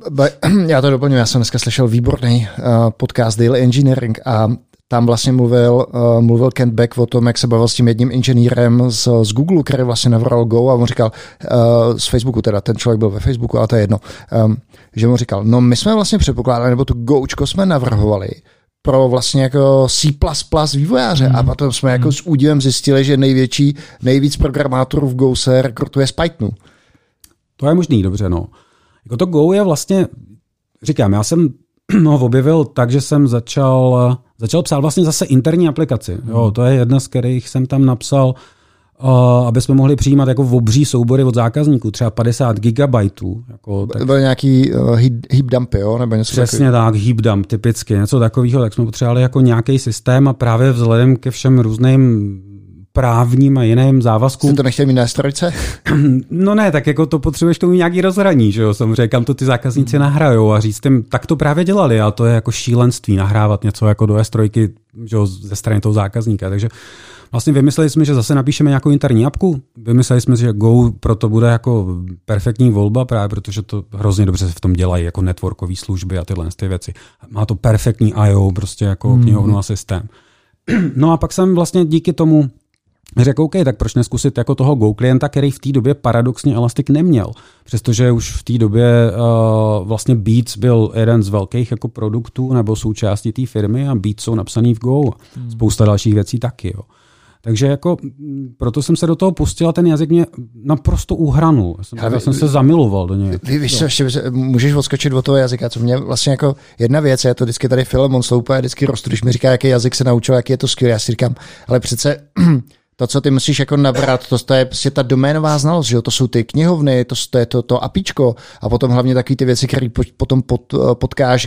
Já to doplňuji, já jsem dneska slyšel výborný podcast Daily Engineering a tam vlastně mluvil Kent Beck o tom, jak se bavil s tím jedním inženýrem z Google, který vlastně navrhl Go a on říkal z Facebooku, teda ten člověk byl ve Facebooku, ale to je jedno, že mu říkal, no my jsme vlastně předpokládali, nebo tu Gočko jsme navrhovali pro vlastně jako C++ vývojáře a potom jsme jako s údivem zjistili, že nejvíc programátorů v Go se rekrutuje z Pythonu. To je možný, dobře, no. Jako to Go je vlastně, říkám, já jsem ho objevil tak, že jsem začal psát vlastně zase interní aplikaci. Jo, to je jedna z kterých jsem tam napsal, aby jsme mohli přijímat jako obří soubory od zákazníků, třeba 50 gigabajtů. Jako, tak... Byl nějaký heap dumpy, jo? Nebo něco přesně tak, heap dump, typicky, něco takového, tak jsme potřebovali jako nějaký systém a právě vzhledem ke všem různým právním a jiným závazkům. Jste to nechtěl mít na strojce? No ne, tak jako to potřebuješ tomu nějaký rozhraní, že jo, samozřejmě, kam to ty zákazníci nahrajou a říct jim, tak to právě dělali a to je jako šílenství nahrávat něco jako do S3, že jo, ze strany toho zákazníka, takže vlastně vymysleli jsme, že zase napíšeme nějakou interní apku, vymysleli jsme, že Go proto bude jako perfektní volba, právě protože to hrozně dobře se v tom dělají, jako networkové služby a tyhle ty věci. Má to perfektní I.O., prostě jako knihovnu a systém. No a pak jsem vlastně díky tomu řekl, OK, tak proč neskusit jako toho Go klienta, který v té době paradoxně Elastic neměl. Přestože už v té době vlastně Beats byl jeden z velkých jako produktů nebo součástí té firmy a Beats jsou napsaný v Go. Spousta dalších věcí taky. Jo. Takže jako proto jsem se do toho pustil a ten jazyk mě naprosto uhranul. Já jsem se zamiloval do něj. Víš, ještě můžeš odskočit od toho jazyka, co mě vlastně jako jedna věc, je to vždycky tady Filemon Sloupa, vždycky rostu, když mi říká, jaký jazyk se naučil, jaký je to skvělý. Já si říkám, ale přece to, co ty musíš jako nabrat, to je prostě ta doménová znalost, že jo? To jsou ty knihovny, to je to APIčko a potom hlavně takové ty věci, které potom potkáš,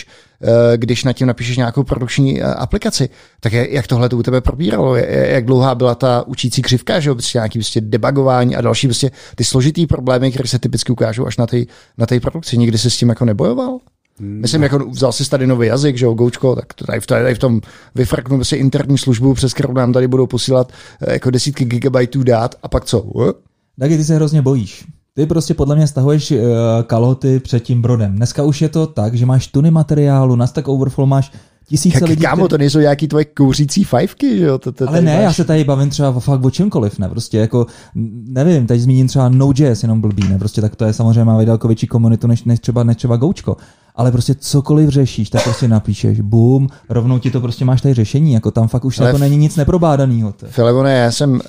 když nad tím napíšeš nějakou produkční aplikaci. Tak jak tohle to u tebe probíralo? Jak dlouhá byla ta učící křivka, že jo? Prostě nějaký prostě debugování a další prostě ty složitý problémy, které se typicky ukážou až na té produkci. Nikdy jsi s tím jako nebojoval? Myslím, jako vzal si tady nový jazyk, že jo, Goučko, tak tady v tom vyfrknu si interní službu, přes kterou nám tady budou posílat jako desítky gigabajtů dát a pak co? Taky ty se hrozně bojíš. Ty prostě podle mě stahuješ kalhoty před tím brodem. Dneska už je to tak, že máš tuny materiálu, na Stack Overflow máš tisíce lidí. Kámo, to nejsou nějaký tvoje kouřící fajfky, že jo? Ale ne, já se tady bavím třeba fakt o čemkoliv, ne? Prostě jako, nevím, teď zmíním třeba Node.js, jenom blbý, ne? Prostě tak to je samozřejmě má daleko větší komunitu než třeba Goučko. Ale prostě cokoliv řešíš, tak prostě napíšeš, boom, rovnou ti to prostě máš tady řešení, jako tam fakt už jako není nic neprobádanýho. Filemone, já jsem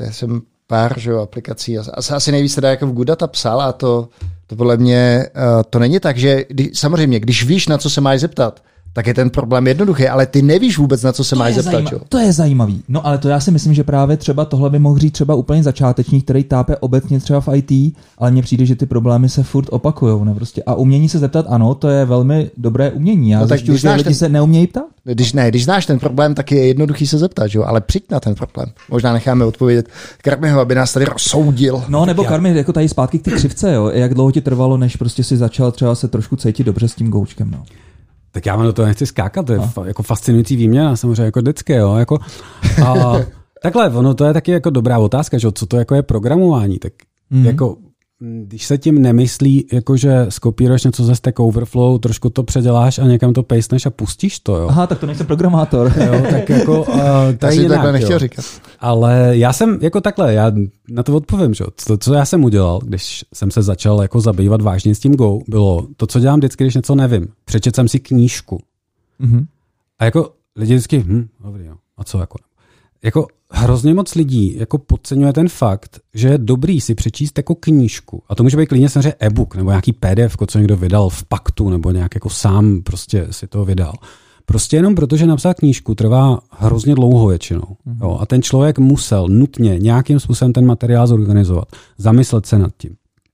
pár, že jo, aplikací, asi nejvíc teda jako v Goodata psal a to podle mě, to není tak, že samozřejmě, když víš, na co se máš zeptat, tak je ten problém jednoduchý, ale ty nevíš vůbec, na co se máš zeptat. Jo? To je zajímavý. No ale to já si myslím, že právě třeba tohle by mohl říct třeba úplně začátečník, který tápe obecně třeba v IT, ale mně přijde, že ty problémy se furt opakujou. Ne? Prostě. A umění se zeptat, ano, to je velmi dobré umění. Já zjišťuji, že lidi se neumějí ptát. Když znáš ten problém, tak je jednoduchý se zeptat, jo? Ale přijď na ten problém. Možná necháme odpovědět Karmiho, aby nás tady rozsoudil. No nebo Karmi, jako tady zpátky k té křivce, jo? Jak dlouho ti trvalo, než prostě si začal třeba se trošku cítit dobře s tím Goučkem, no? Tak já vám do toho nechci skákat, to je jako fascinující výměna, samozřejmě jako vždycky, jo, jako a takhle, ono to je taky jako dobrá otázka, že co to jako je programování, tak jako když se tím nemyslí, jako že skopíruješ něco ze Stack Overflow, trošku to předěláš a někam to pastneš a pustíš to, jo. Aha, tak to nejsem programátor. Jo, tak jako to je jinak, takhle nechtěl říkat. Ale já jsem jako takhle, já na to odpovím, že co já jsem udělal, když jsem se začal jako zabývat vážně s tím Go, bylo to, co dělám vždycky, když něco nevím. Přečetl jsem si knížku. Mm-hmm. A jako lidi vždycky, dobrý, jo, a co jako hrozně moc lidí jako podceňuje ten fakt, že je dobrý si přečíst jako knížku. A to může být klidně samozřejmě e-book nebo nějaký PDF, co někdo vydal v Paktu nebo nějak jako sám prostě si to vydal. Prostě jenom proto, že napsal knížku, trvá hrozně dlouho většinou. Jo, a ten člověk musel nutně nějakým způsobem ten materiál zorganizovat, zamyslet se nad tím.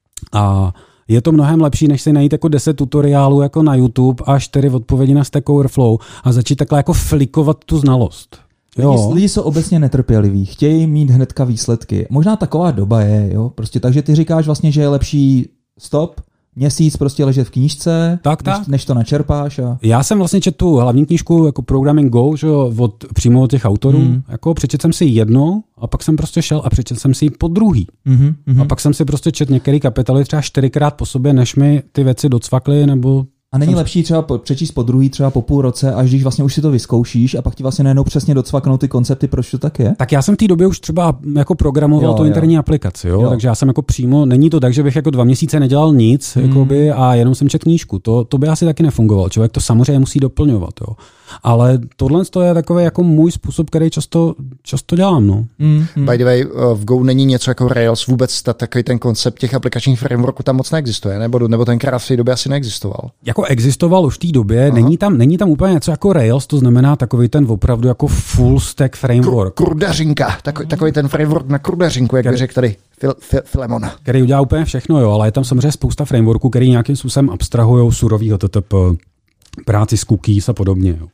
A je to mnohem lepší, než si najít jako 10 tutoriálů jako na YouTube a 4 odpovědi na Stack Overflow a začít takhle jako flikovat tu znalost. Lidi jsou obecně netrpěliví, chtějí mít hnedka výsledky. Možná taková doba je, jo, prostě takže ty říkáš vlastně, že je lepší stop, měsíc prostě ležet v knížce, než to načerpáš. A... Já jsem vlastně četl tu hlavní knížku jako Programming Go, že přímo od těch autorů. Jako přečetl jsem si jednou a pak jsem prostě šel a přečetl jsem si ji po druhý. A pak jsem si prostě četl některé kapitoly třeba 4krát po sobě, než mi ty věci docvakly nebo... A není lepší třeba přečíst po druhý, třeba po půl roce, až když vlastně už si to vyzkoušíš a pak ti vlastně najednou přesně docvaknou ty koncepty, proč to tak je? Tak já jsem v té době už třeba jako programoval tu interní aplikaci, jo? Takže já jsem jako přímo, není to tak, že bych jako 2 měsíce nedělal nic, jakoby, a jenom jsem četl knížku. To by asi taky nefungovalo. Člověk to samozřejmě musí doplňovat, jo. Ale tohle je takový jako můj způsob, který často dělám, no. By the way, v Go není něco jako Rails, vůbec takový ten koncept těch aplikačních frameworků tam moc neexistuje, nebo tenkrát v té době asi neexistoval. Jako existoval už v té době, není tam úplně něco jako Rails, to znamená takový ten opravdu jako full stack framework. Krudařinka, takový ten framework na krudařinku, jak by řekl tady Filemon. Který udělá úplně všechno, jo, ale je tam samozřejmě spousta frameworků, který nějakým způsobem abstrahujou surový HTTP, práci s cookies a podobně, jo.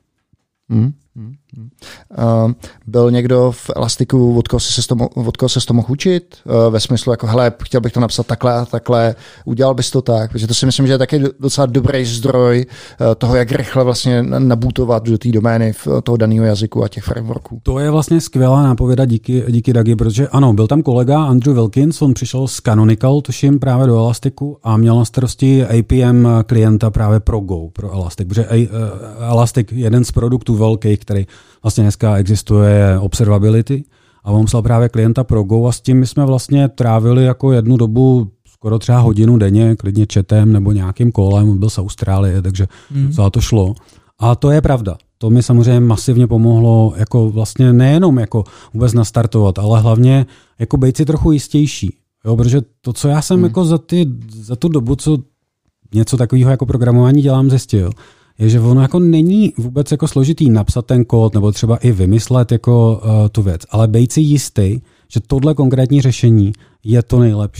Byl někdo v Elastiku, od koho se to mohl učit? Ve smyslu, jako hele, chtěl bych to napsat takhle a takhle, udělal bys to tak? Protože to si myslím, že je taky docela dobrý zdroj toho, jak rychle vlastně nabootovat do té domény toho daného jazyku a těch frameworků. To je vlastně skvělá nápověda díky Dagi, protože ano, byl tam kolega Andrew Wilkins, on přišel z Canonical, tuším, právě do Elastiku a měl na starosti APM klienta právě pro Go, pro Elastic, protože Elastic, jeden z produktů velkých, který vlastně dneska existuje, je Observability a on psal právě klienta pro Go a s tím my jsme vlastně trávili jako jednu dobu skoro třeba hodinu denně, klidně chatem nebo nějakým kolem, on byl z Austrálie, takže celá to šlo. A to je pravda. To mi samozřejmě masivně pomohlo jako vlastně nejenom jako vůbec nastartovat, ale hlavně jako být si trochu jistější. Jo, protože to, co já jsem jako za tu dobu, co něco takového jako programování dělám, zjistil, je, že ono jako není vůbec jako složitý napsat ten kód nebo třeba i vymyslet jako tu věc, ale být si jistý, že tohle konkrétní řešení je to nejlepší.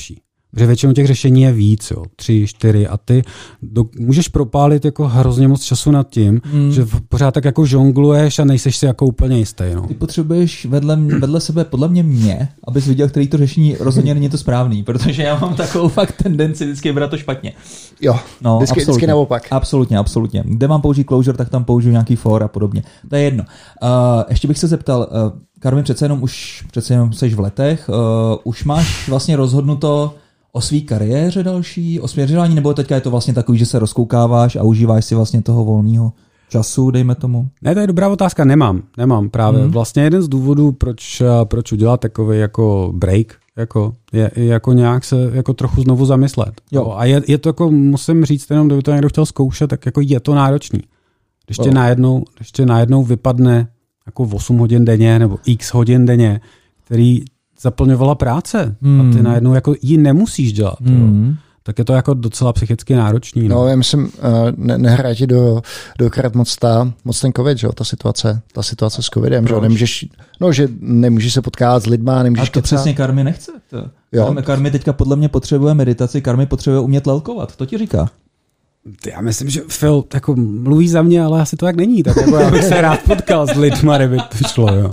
Že většinou těch řešení je víc, 3, 4 a ty můžeš propálit jako hrozně moc času nad tím, že pořád tak jako žongluješ a nejseš si jako úplně jistý. No. Ty potřebuješ vedle sebe, podle mě, abys viděl, který to řešení rozhodně není to správný, protože já mám takovou fakt tendenci vždycky brát to špatně. Jo, no, vždycky naopak. Absolutně. Kde mám použít closure, tak tam použiju nějaký for a podobně. To je jedno. Ještě bych se zeptal, Karmi, přece jenom seš v letech, už máš vlastně rozhodnuto o své kariéře další, o směřování, nebo teďka je to vlastně takový, že se rozkoukáváš a užíváš si vlastně toho volného času, dejme tomu? Ne, to je dobrá otázka, nemám právě. Vlastně jeden z důvodů, proč udělat takový jako break, je jako nějak se jako trochu znovu zamyslet. Jo. A je to jako, musím říct, jenom kdyby to někdo chtěl zkoušet, tak jako je to náročný. Když tě najednou vypadne jako 8 hodin denně nebo x hodin denně, který zaplňovala práce a ty najednou jako ji nemusíš dělat. Tak je to jako docela psychicky náročný. No, já myslím, nehraje ti do karet moc ten covid, že? Ta situace s covidem, že? Že nemůžeš se potkávat s lidma, nemůžeš a to přesně Karmi nechce. Karmi teďka podle mě potřebuje meditaci, Karmi potřebuje umět lelkovat, to ti říká. Já myslím, že Phil jako mluví za mě, ale asi to tak není. Tak jako já bych se rád potkal s lidma, kdyby to šlo. Jo.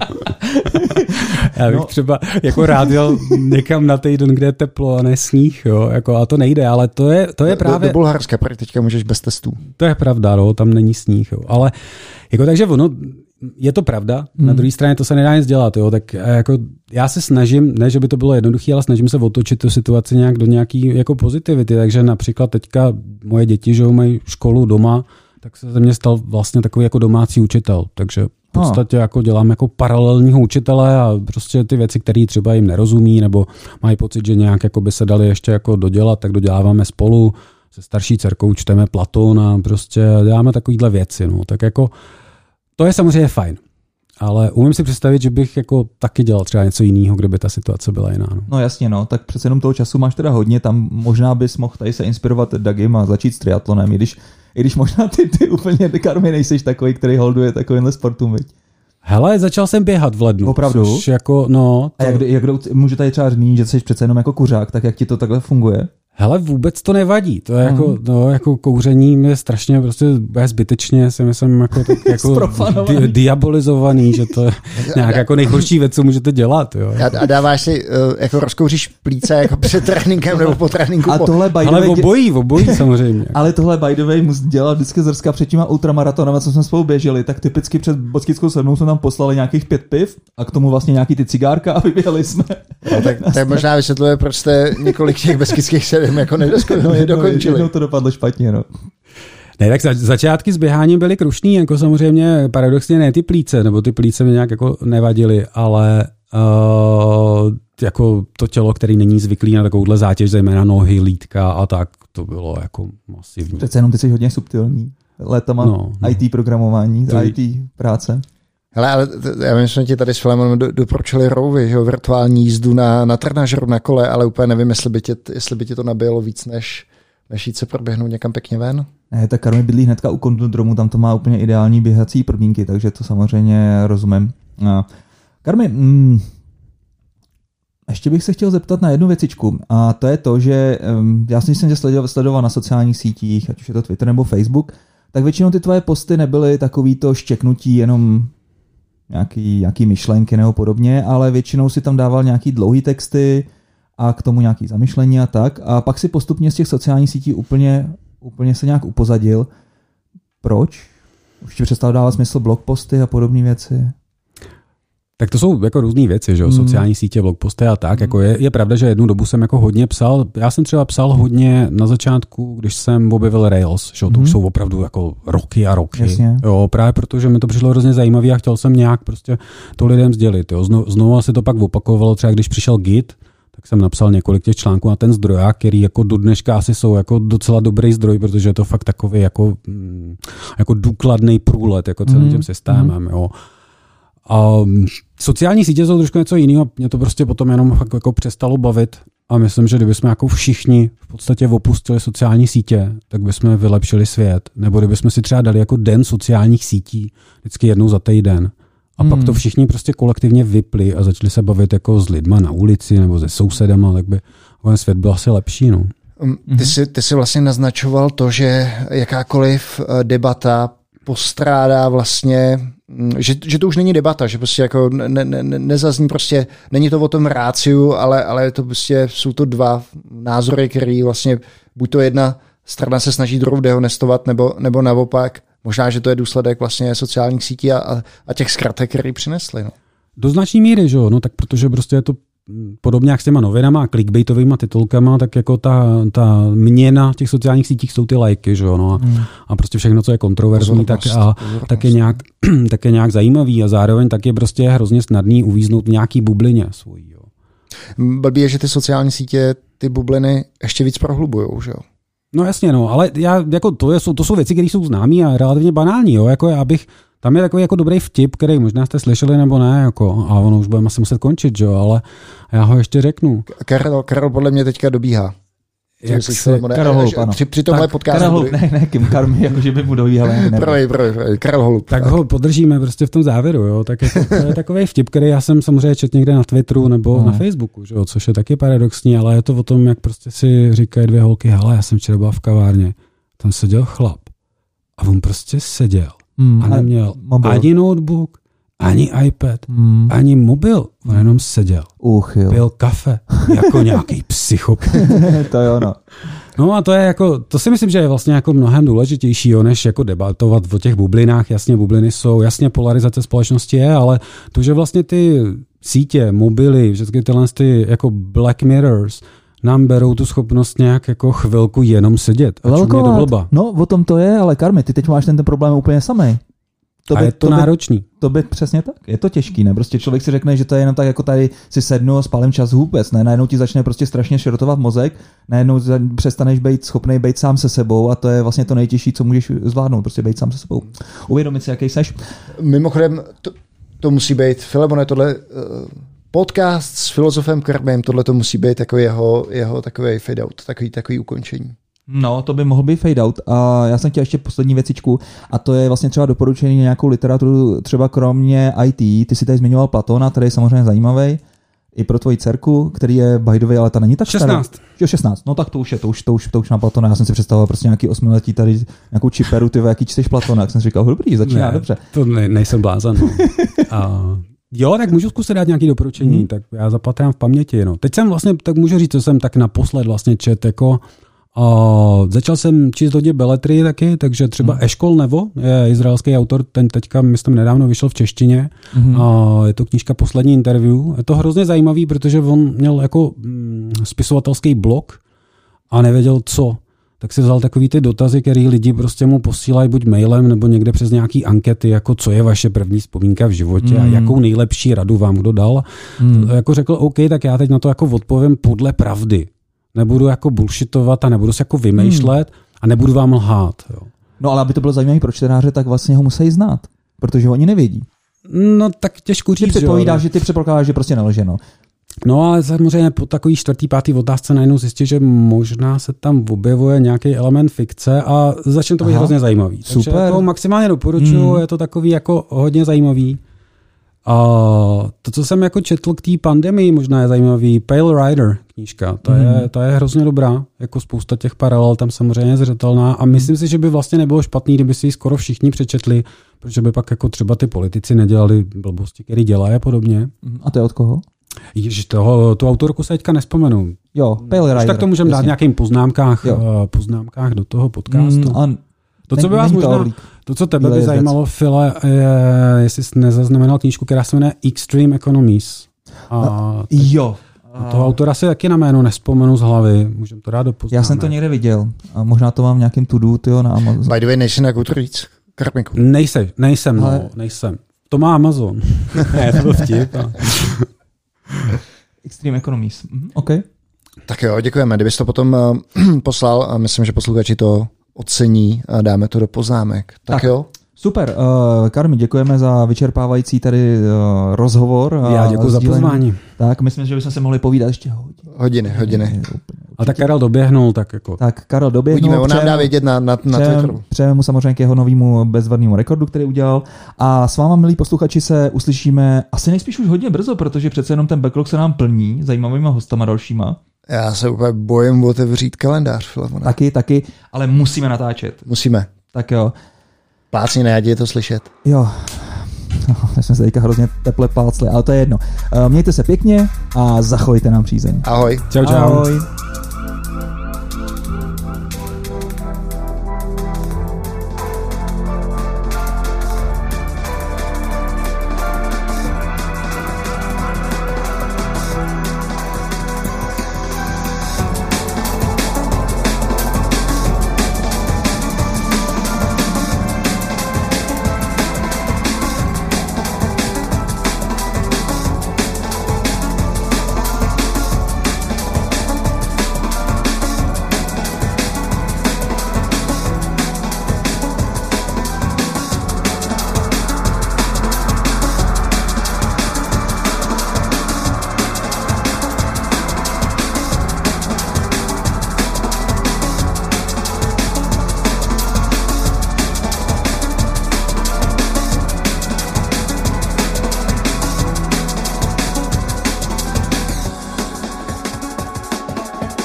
Já bych třeba jako rád jel někam na týden, kde je teplo a ne sníh. Jo. Jako, a to nejde, ale to je právě... Do Bulharska, protože teďka můžeš bez testů. To je pravda, no, tam není sníh. Jo. Ale jako, takže ono... Je to pravda, na druhé straně to se nedá nic dělat, jo, tak jako já se snažím, ne, že by to bylo jednoduché, ale snažím se otočit tu situaci nějak do nějaký jako pozitivity, takže například teďka moje děti, že mají školu doma, tak se ze mě stal vlastně takový jako domácí učitel, takže v podstatě jako dělám jako paralelního učitele a prostě ty věci, které třeba jim nerozumí, nebo mají pocit, že nějak jako by se dali ještě jako dodělat, tak doděláváme spolu, se starší dcerkou čteme Platón a prostě děláme takovýhle věci, no, tak jako to je samozřejmě fajn, ale umím si představit, že bych jako taky dělal třeba něco jiného, kdyby ta situace byla jiná. No jasně, no, tak přece jenom toho času máš teda hodně, tam možná bys mohl tady se inspirovat Dagim a začít s triatlonem, i když možná ty úplně Karmi nejseš takový, který holduje takovýmhle sportům, viď? Hele, začal jsem běhat v lednu. Opravdu? Jako, no, to... A jak můžu tady třeba zmínit, že jsi přece jenom jako kuřák, tak jak ti to takhle funguje? Hele, vůbec to nevadí. To je jako kouření je strašně prostě zbytečně, si myslím, jako diabolizovaný, že to je nějak jako nejhorší věc, co můžete dělat. Jo. A dáváš si, jako rozkouříš plíce jako před tréninkem nebo po tréninku? A tohle by ale obojí samozřejmě. Ale tohle by the way musí dělat vždycky Zrska před těma ultramaratonama, co jsme spolu běželi, tak typicky před Bockickou sedmou jsme tam poslali nějakých 5 piv a k tomu vlastně nějaký ty cigárka a vyběhli jsme. No, tak možná vysvětluje, proč jste několik těch Beskických sedm jako nedokončili. Jednou to dopadlo špatně, no. Ne, tak začátky s běháním byly krušný, jako samozřejmě paradoxně ne ty plíce, nebo ty plíce mě nějak jako nevadily, ale jako to tělo, který není zvyklý na takovouhle zátěž, zejména nohy, lítka a tak, to bylo jako masivní. Přece jenom ty jsi hodně subtilní. Létama IT programování, IT práce. Hele, ale já myslím, že jsme ti tady s Filemonem doporučili rouvy, že jo, virtuální jízdu na trenažeru na kole, ale úplně nevím, jestli by ti to nabíjelo víc, než jít se proběhnout někam pěkně ven. Ne, tak Karmi bydlí hnedka u Kondodromu, tam to má úplně ideální běhací podmínky, takže to samozřejmě rozumím. No. Karmi, ještě bych se chtěl zeptat na jednu věcičku, a to je to, že já jsem tě sledoval na sociálních sítích, ať už je to Twitter nebo Facebook, tak většinou ty tvoje posty nebyly takový to štěknutí jenom nějaký myšlenky nebo podobně, ale většinou si tam dával nějaký dlouhý texty a k tomu nějaký zamyšlení a tak. A pak si postupně z těch sociálních sítí úplně se nějak upozadil. Proč? Už ti přestal dávat smysl blogposty a podobné věci? Tak to jsou jako různý věci, že jo, sociální sítě, blogposty a tak. Jako je pravda, že jednu dobu jsem jako hodně psal. Já jsem třeba psal hodně na začátku, když jsem objevil Rails, že to už jsou opravdu jako roky a roky. Jasně. Jo, právě protože mi to přišlo hrozně zajímavé a chtěl jsem nějak prostě to lidem sdělit. Jo. Znovu se to pak opakovalo, třeba když přišel Git, tak jsem napsal několik těch článků na ten zdroják, který jako do dneška asi jsou jako docela dobrý zdroj, protože je to fakt takový jako důkladný průlet jako celým tím systémem, jo. A sociální sítě jsou trošku něco jiného, mě to prostě potom jenom jako přestalo bavit a myslím, že kdybychom jako všichni v podstatě opustili sociální sítě, tak bychom vylepšili svět, nebo kdybychom si třeba dali jako den sociálních sítí, vždycky jednou za týden a pak to všichni prostě kolektivně vypli a začali se bavit jako s lidma na ulici nebo se sousedama, tak by ten svět byl asi lepší. No. Ty jsi vlastně naznačoval to, že jakákoliv debata postrádá vlastně, že to už není debata, že prostě jako nezazní prostě, není to o tom ráciu, ale je to prostě, jsou to dva názory, který vlastně buď to jedna strana se snaží druhou dehonestovat, nebo naopak. Možná, že to je důsledek vlastně sociálních sítí a těch zkratek, které přinesly. No. Do značné míry, že jo, no tak protože prostě je to podobně jak s těma novinama a clickbaitovýma titulkama, tak jako ta měna těch sociálních sítích jsou ty lajky, že jo, no a prostě všechno, co je kontroverzní, tak je nějak zajímavý a zároveň tak je prostě hrozně snadný uvíznout v nějaký bublině svojí, jo. Blbý je, že ty sociální sítě ty bubliny ještě víc prohlubujou, že jo. No jasně, no, ale jako to jsou věci, které jsou známý a relativně banální, jo, jako tam je takový jako dobrý vtip, který možná jste slyšeli nebo ne, jako, a ono už budeme asi muset končit, jo, ale já ho ještě řeknu. Karel podle mě teďka dobíhá. Karel Holub, ano. Při tomhle podcastu. Karel Holub, ne, Kim Karmi, jakože by mu dobíhal. Karel Holub. Tak ho podržíme prostě v tom závěru, jo, tak jako, to je takový vtip, který já jsem samozřejmě četl někde na Twitteru nebo na Facebooku, jo, což je taky paradoxní, ale je to o tom, jak prostě si říkají dvě holky, hele, já jsem včera byla v kavárně, tam seděl chlap a on prostě seděl. A neměl ani notebook, ani iPad, ani mobil. On jenom seděl. Pil kafe jako nějaký psychopat. To je ono. No a to je jako, to si myslím, že je vlastně jako mnohem důležitější, než jako debatovat o těch bublinách. Jasně bubliny jsou, jasně polarizace společnosti je, ale to, že vlastně ty sítě, mobily, všechny tyhle ty jako Black Mirrors nám berou tu schopnost nějak jako chvilku jenom sedět a čumě do blba. No, o tom to je, ale Karmi, ty teď máš ten problém úplně samej. A je to náročný. To by přesně tak. Je to těžký, ne? Prostě člověk si řekne, že to je jenom tak, jako tady si sednu a spálím čas vůbec, ne? Najednou ti začne prostě strašně šrotovat mozek, najednou přestaneš být schopný být sám se sebou a to je vlastně to nejtěžší, co můžeš zvládnout, prostě být sám se sebou. Uvědomit si, jaký seš. Mimochodem, to musí být, Filemone, tohle podcast s filozofem Karmem, tohle to musí být jako jeho takový fade out, takový ukončení. No, to by mohl být fade out. A já jsem chtěl ještě poslední věcičku a to je vlastně třeba doporučení nějakou literaturu, třeba kromě IT. Ty si tady zmiňoval Platona, který je samozřejmě zajímavý. I pro tvoji dcerku, který je by the way, ale ta není tak 16. Jo, 16. No tak to už na Platona. Já jsem si představoval prostě nějaký 8letí tady nějakou čiperu, ty jaký čteš Platona. Jak jsem si říkal, dobrý, začíná dobře. To nejsem blázan. No. Jo, tak můžu zkusit dát nějaké doporučení, tak já zapatrám v paměti. No. Teď jsem vlastně, tak můžu říct, co jsem tak naposled vlastně čet, jako začal jsem číst hodně beletry taky, takže třeba Eškol Nevo je izraelský autor, ten teďka, myslím, nedávno vyšel v češtině. Je to knížka Poslední interview. Je to hrozně zajímavý, protože on měl jako spisovatelský blog a nevěděl co. Tak si vzal takový ty dotazy, který lidi prostě mu posílají buď mailem nebo někde přes nějaký ankety, jako co je vaše první vzpomínka v životě a jakou nejlepší radu vám kdo dal. Jako řekl, OK, tak já teď na to jako odpovím podle pravdy. Nebudu jako bullshitovat a nebudu se jako vymýšlet a nebudu vám lhát. Jo. No ale aby to bylo zajímavé pro čtenáře, tak vlastně ho musí znát, protože oni nevědí. No tak těžko říct. Ty předpovídáš, že ty předpokládáš, že prostě nelže, no. No ale samozřejmě po takový 4., 5. otázce najednou zjistí, že možná se tam objevuje nějaký element fikce a začne to být hrozně zajímavý. Super. Takže jako maximálně doporučuji, je to takový jako hodně zajímavý. A to, co jsem jako četl k té pandemii, možná je zajímavý, Pale Rider knížka, to je hrozně dobrá, jako spousta těch paralel tam samozřejmě zřetelná a myslím si, že by vlastně nebylo špatný, kdyby si ji skoro všichni přečetli, protože by pak jako třeba ty politici nedělali blbosti, které dělají a podobně. A to je od koho? Ježiš, tu autorku se teďka nespomenu. Jo, Pale Rider. Tak to můžeme dát nějakým poznámkách do toho podcastu. To, co by vás možná, to, co tebe by zajímalo, File, je, jestli jsi nezaznamenal knížku, která se jmenuje Extreme Economies. Jo. Toho autora si taky na jméno nespomenu z hlavy. Můžeme to dát do poznámek. Já jsem to někde viděl. A možná to mám v nějakým to-do, tyjo, na Amazon. By the way, nejsi na Goodreads, Karmiku. Nejsem. To má Amazon. Ne, to byl vtip. Extreme Economies. OK. Tak jo, děkujeme. Kdybys to potom poslal, a myslím, že posluchači to ocení a dáme to do poznámek. Tak jo? Super. Karmi, děkujeme za vyčerpávající tady rozhovor. Já děkuji za pozvání. Tak, myslím, že bychom se mohli povídat ještě hodiny. A tak Karel doběhnul, tak jako. Tak Karel doběhnul. Uvidíme, on nám dá vědět na Twitteru. Přejeme mu samozřejmě k jeho novému bezvadnému rekordu, který udělal. A s váma, milí posluchači, se uslyšíme asi nejspíš už hodně brzo, protože přece jenom ten backlog se nám plní zajímavýma hostama dalšíma. Já se úplně bojím otevřít kalendář, Filemone. Taky, ale musíme natáčet. Musíme. Tak jo. Plácni, ne, ať je to slyšet. Jo. Já jsme se teďka hrozně teple plácli, ale to je jedno. Mějte se pěkně a zachovejte nám přízeň. Ahoj. Čau. Ahoj.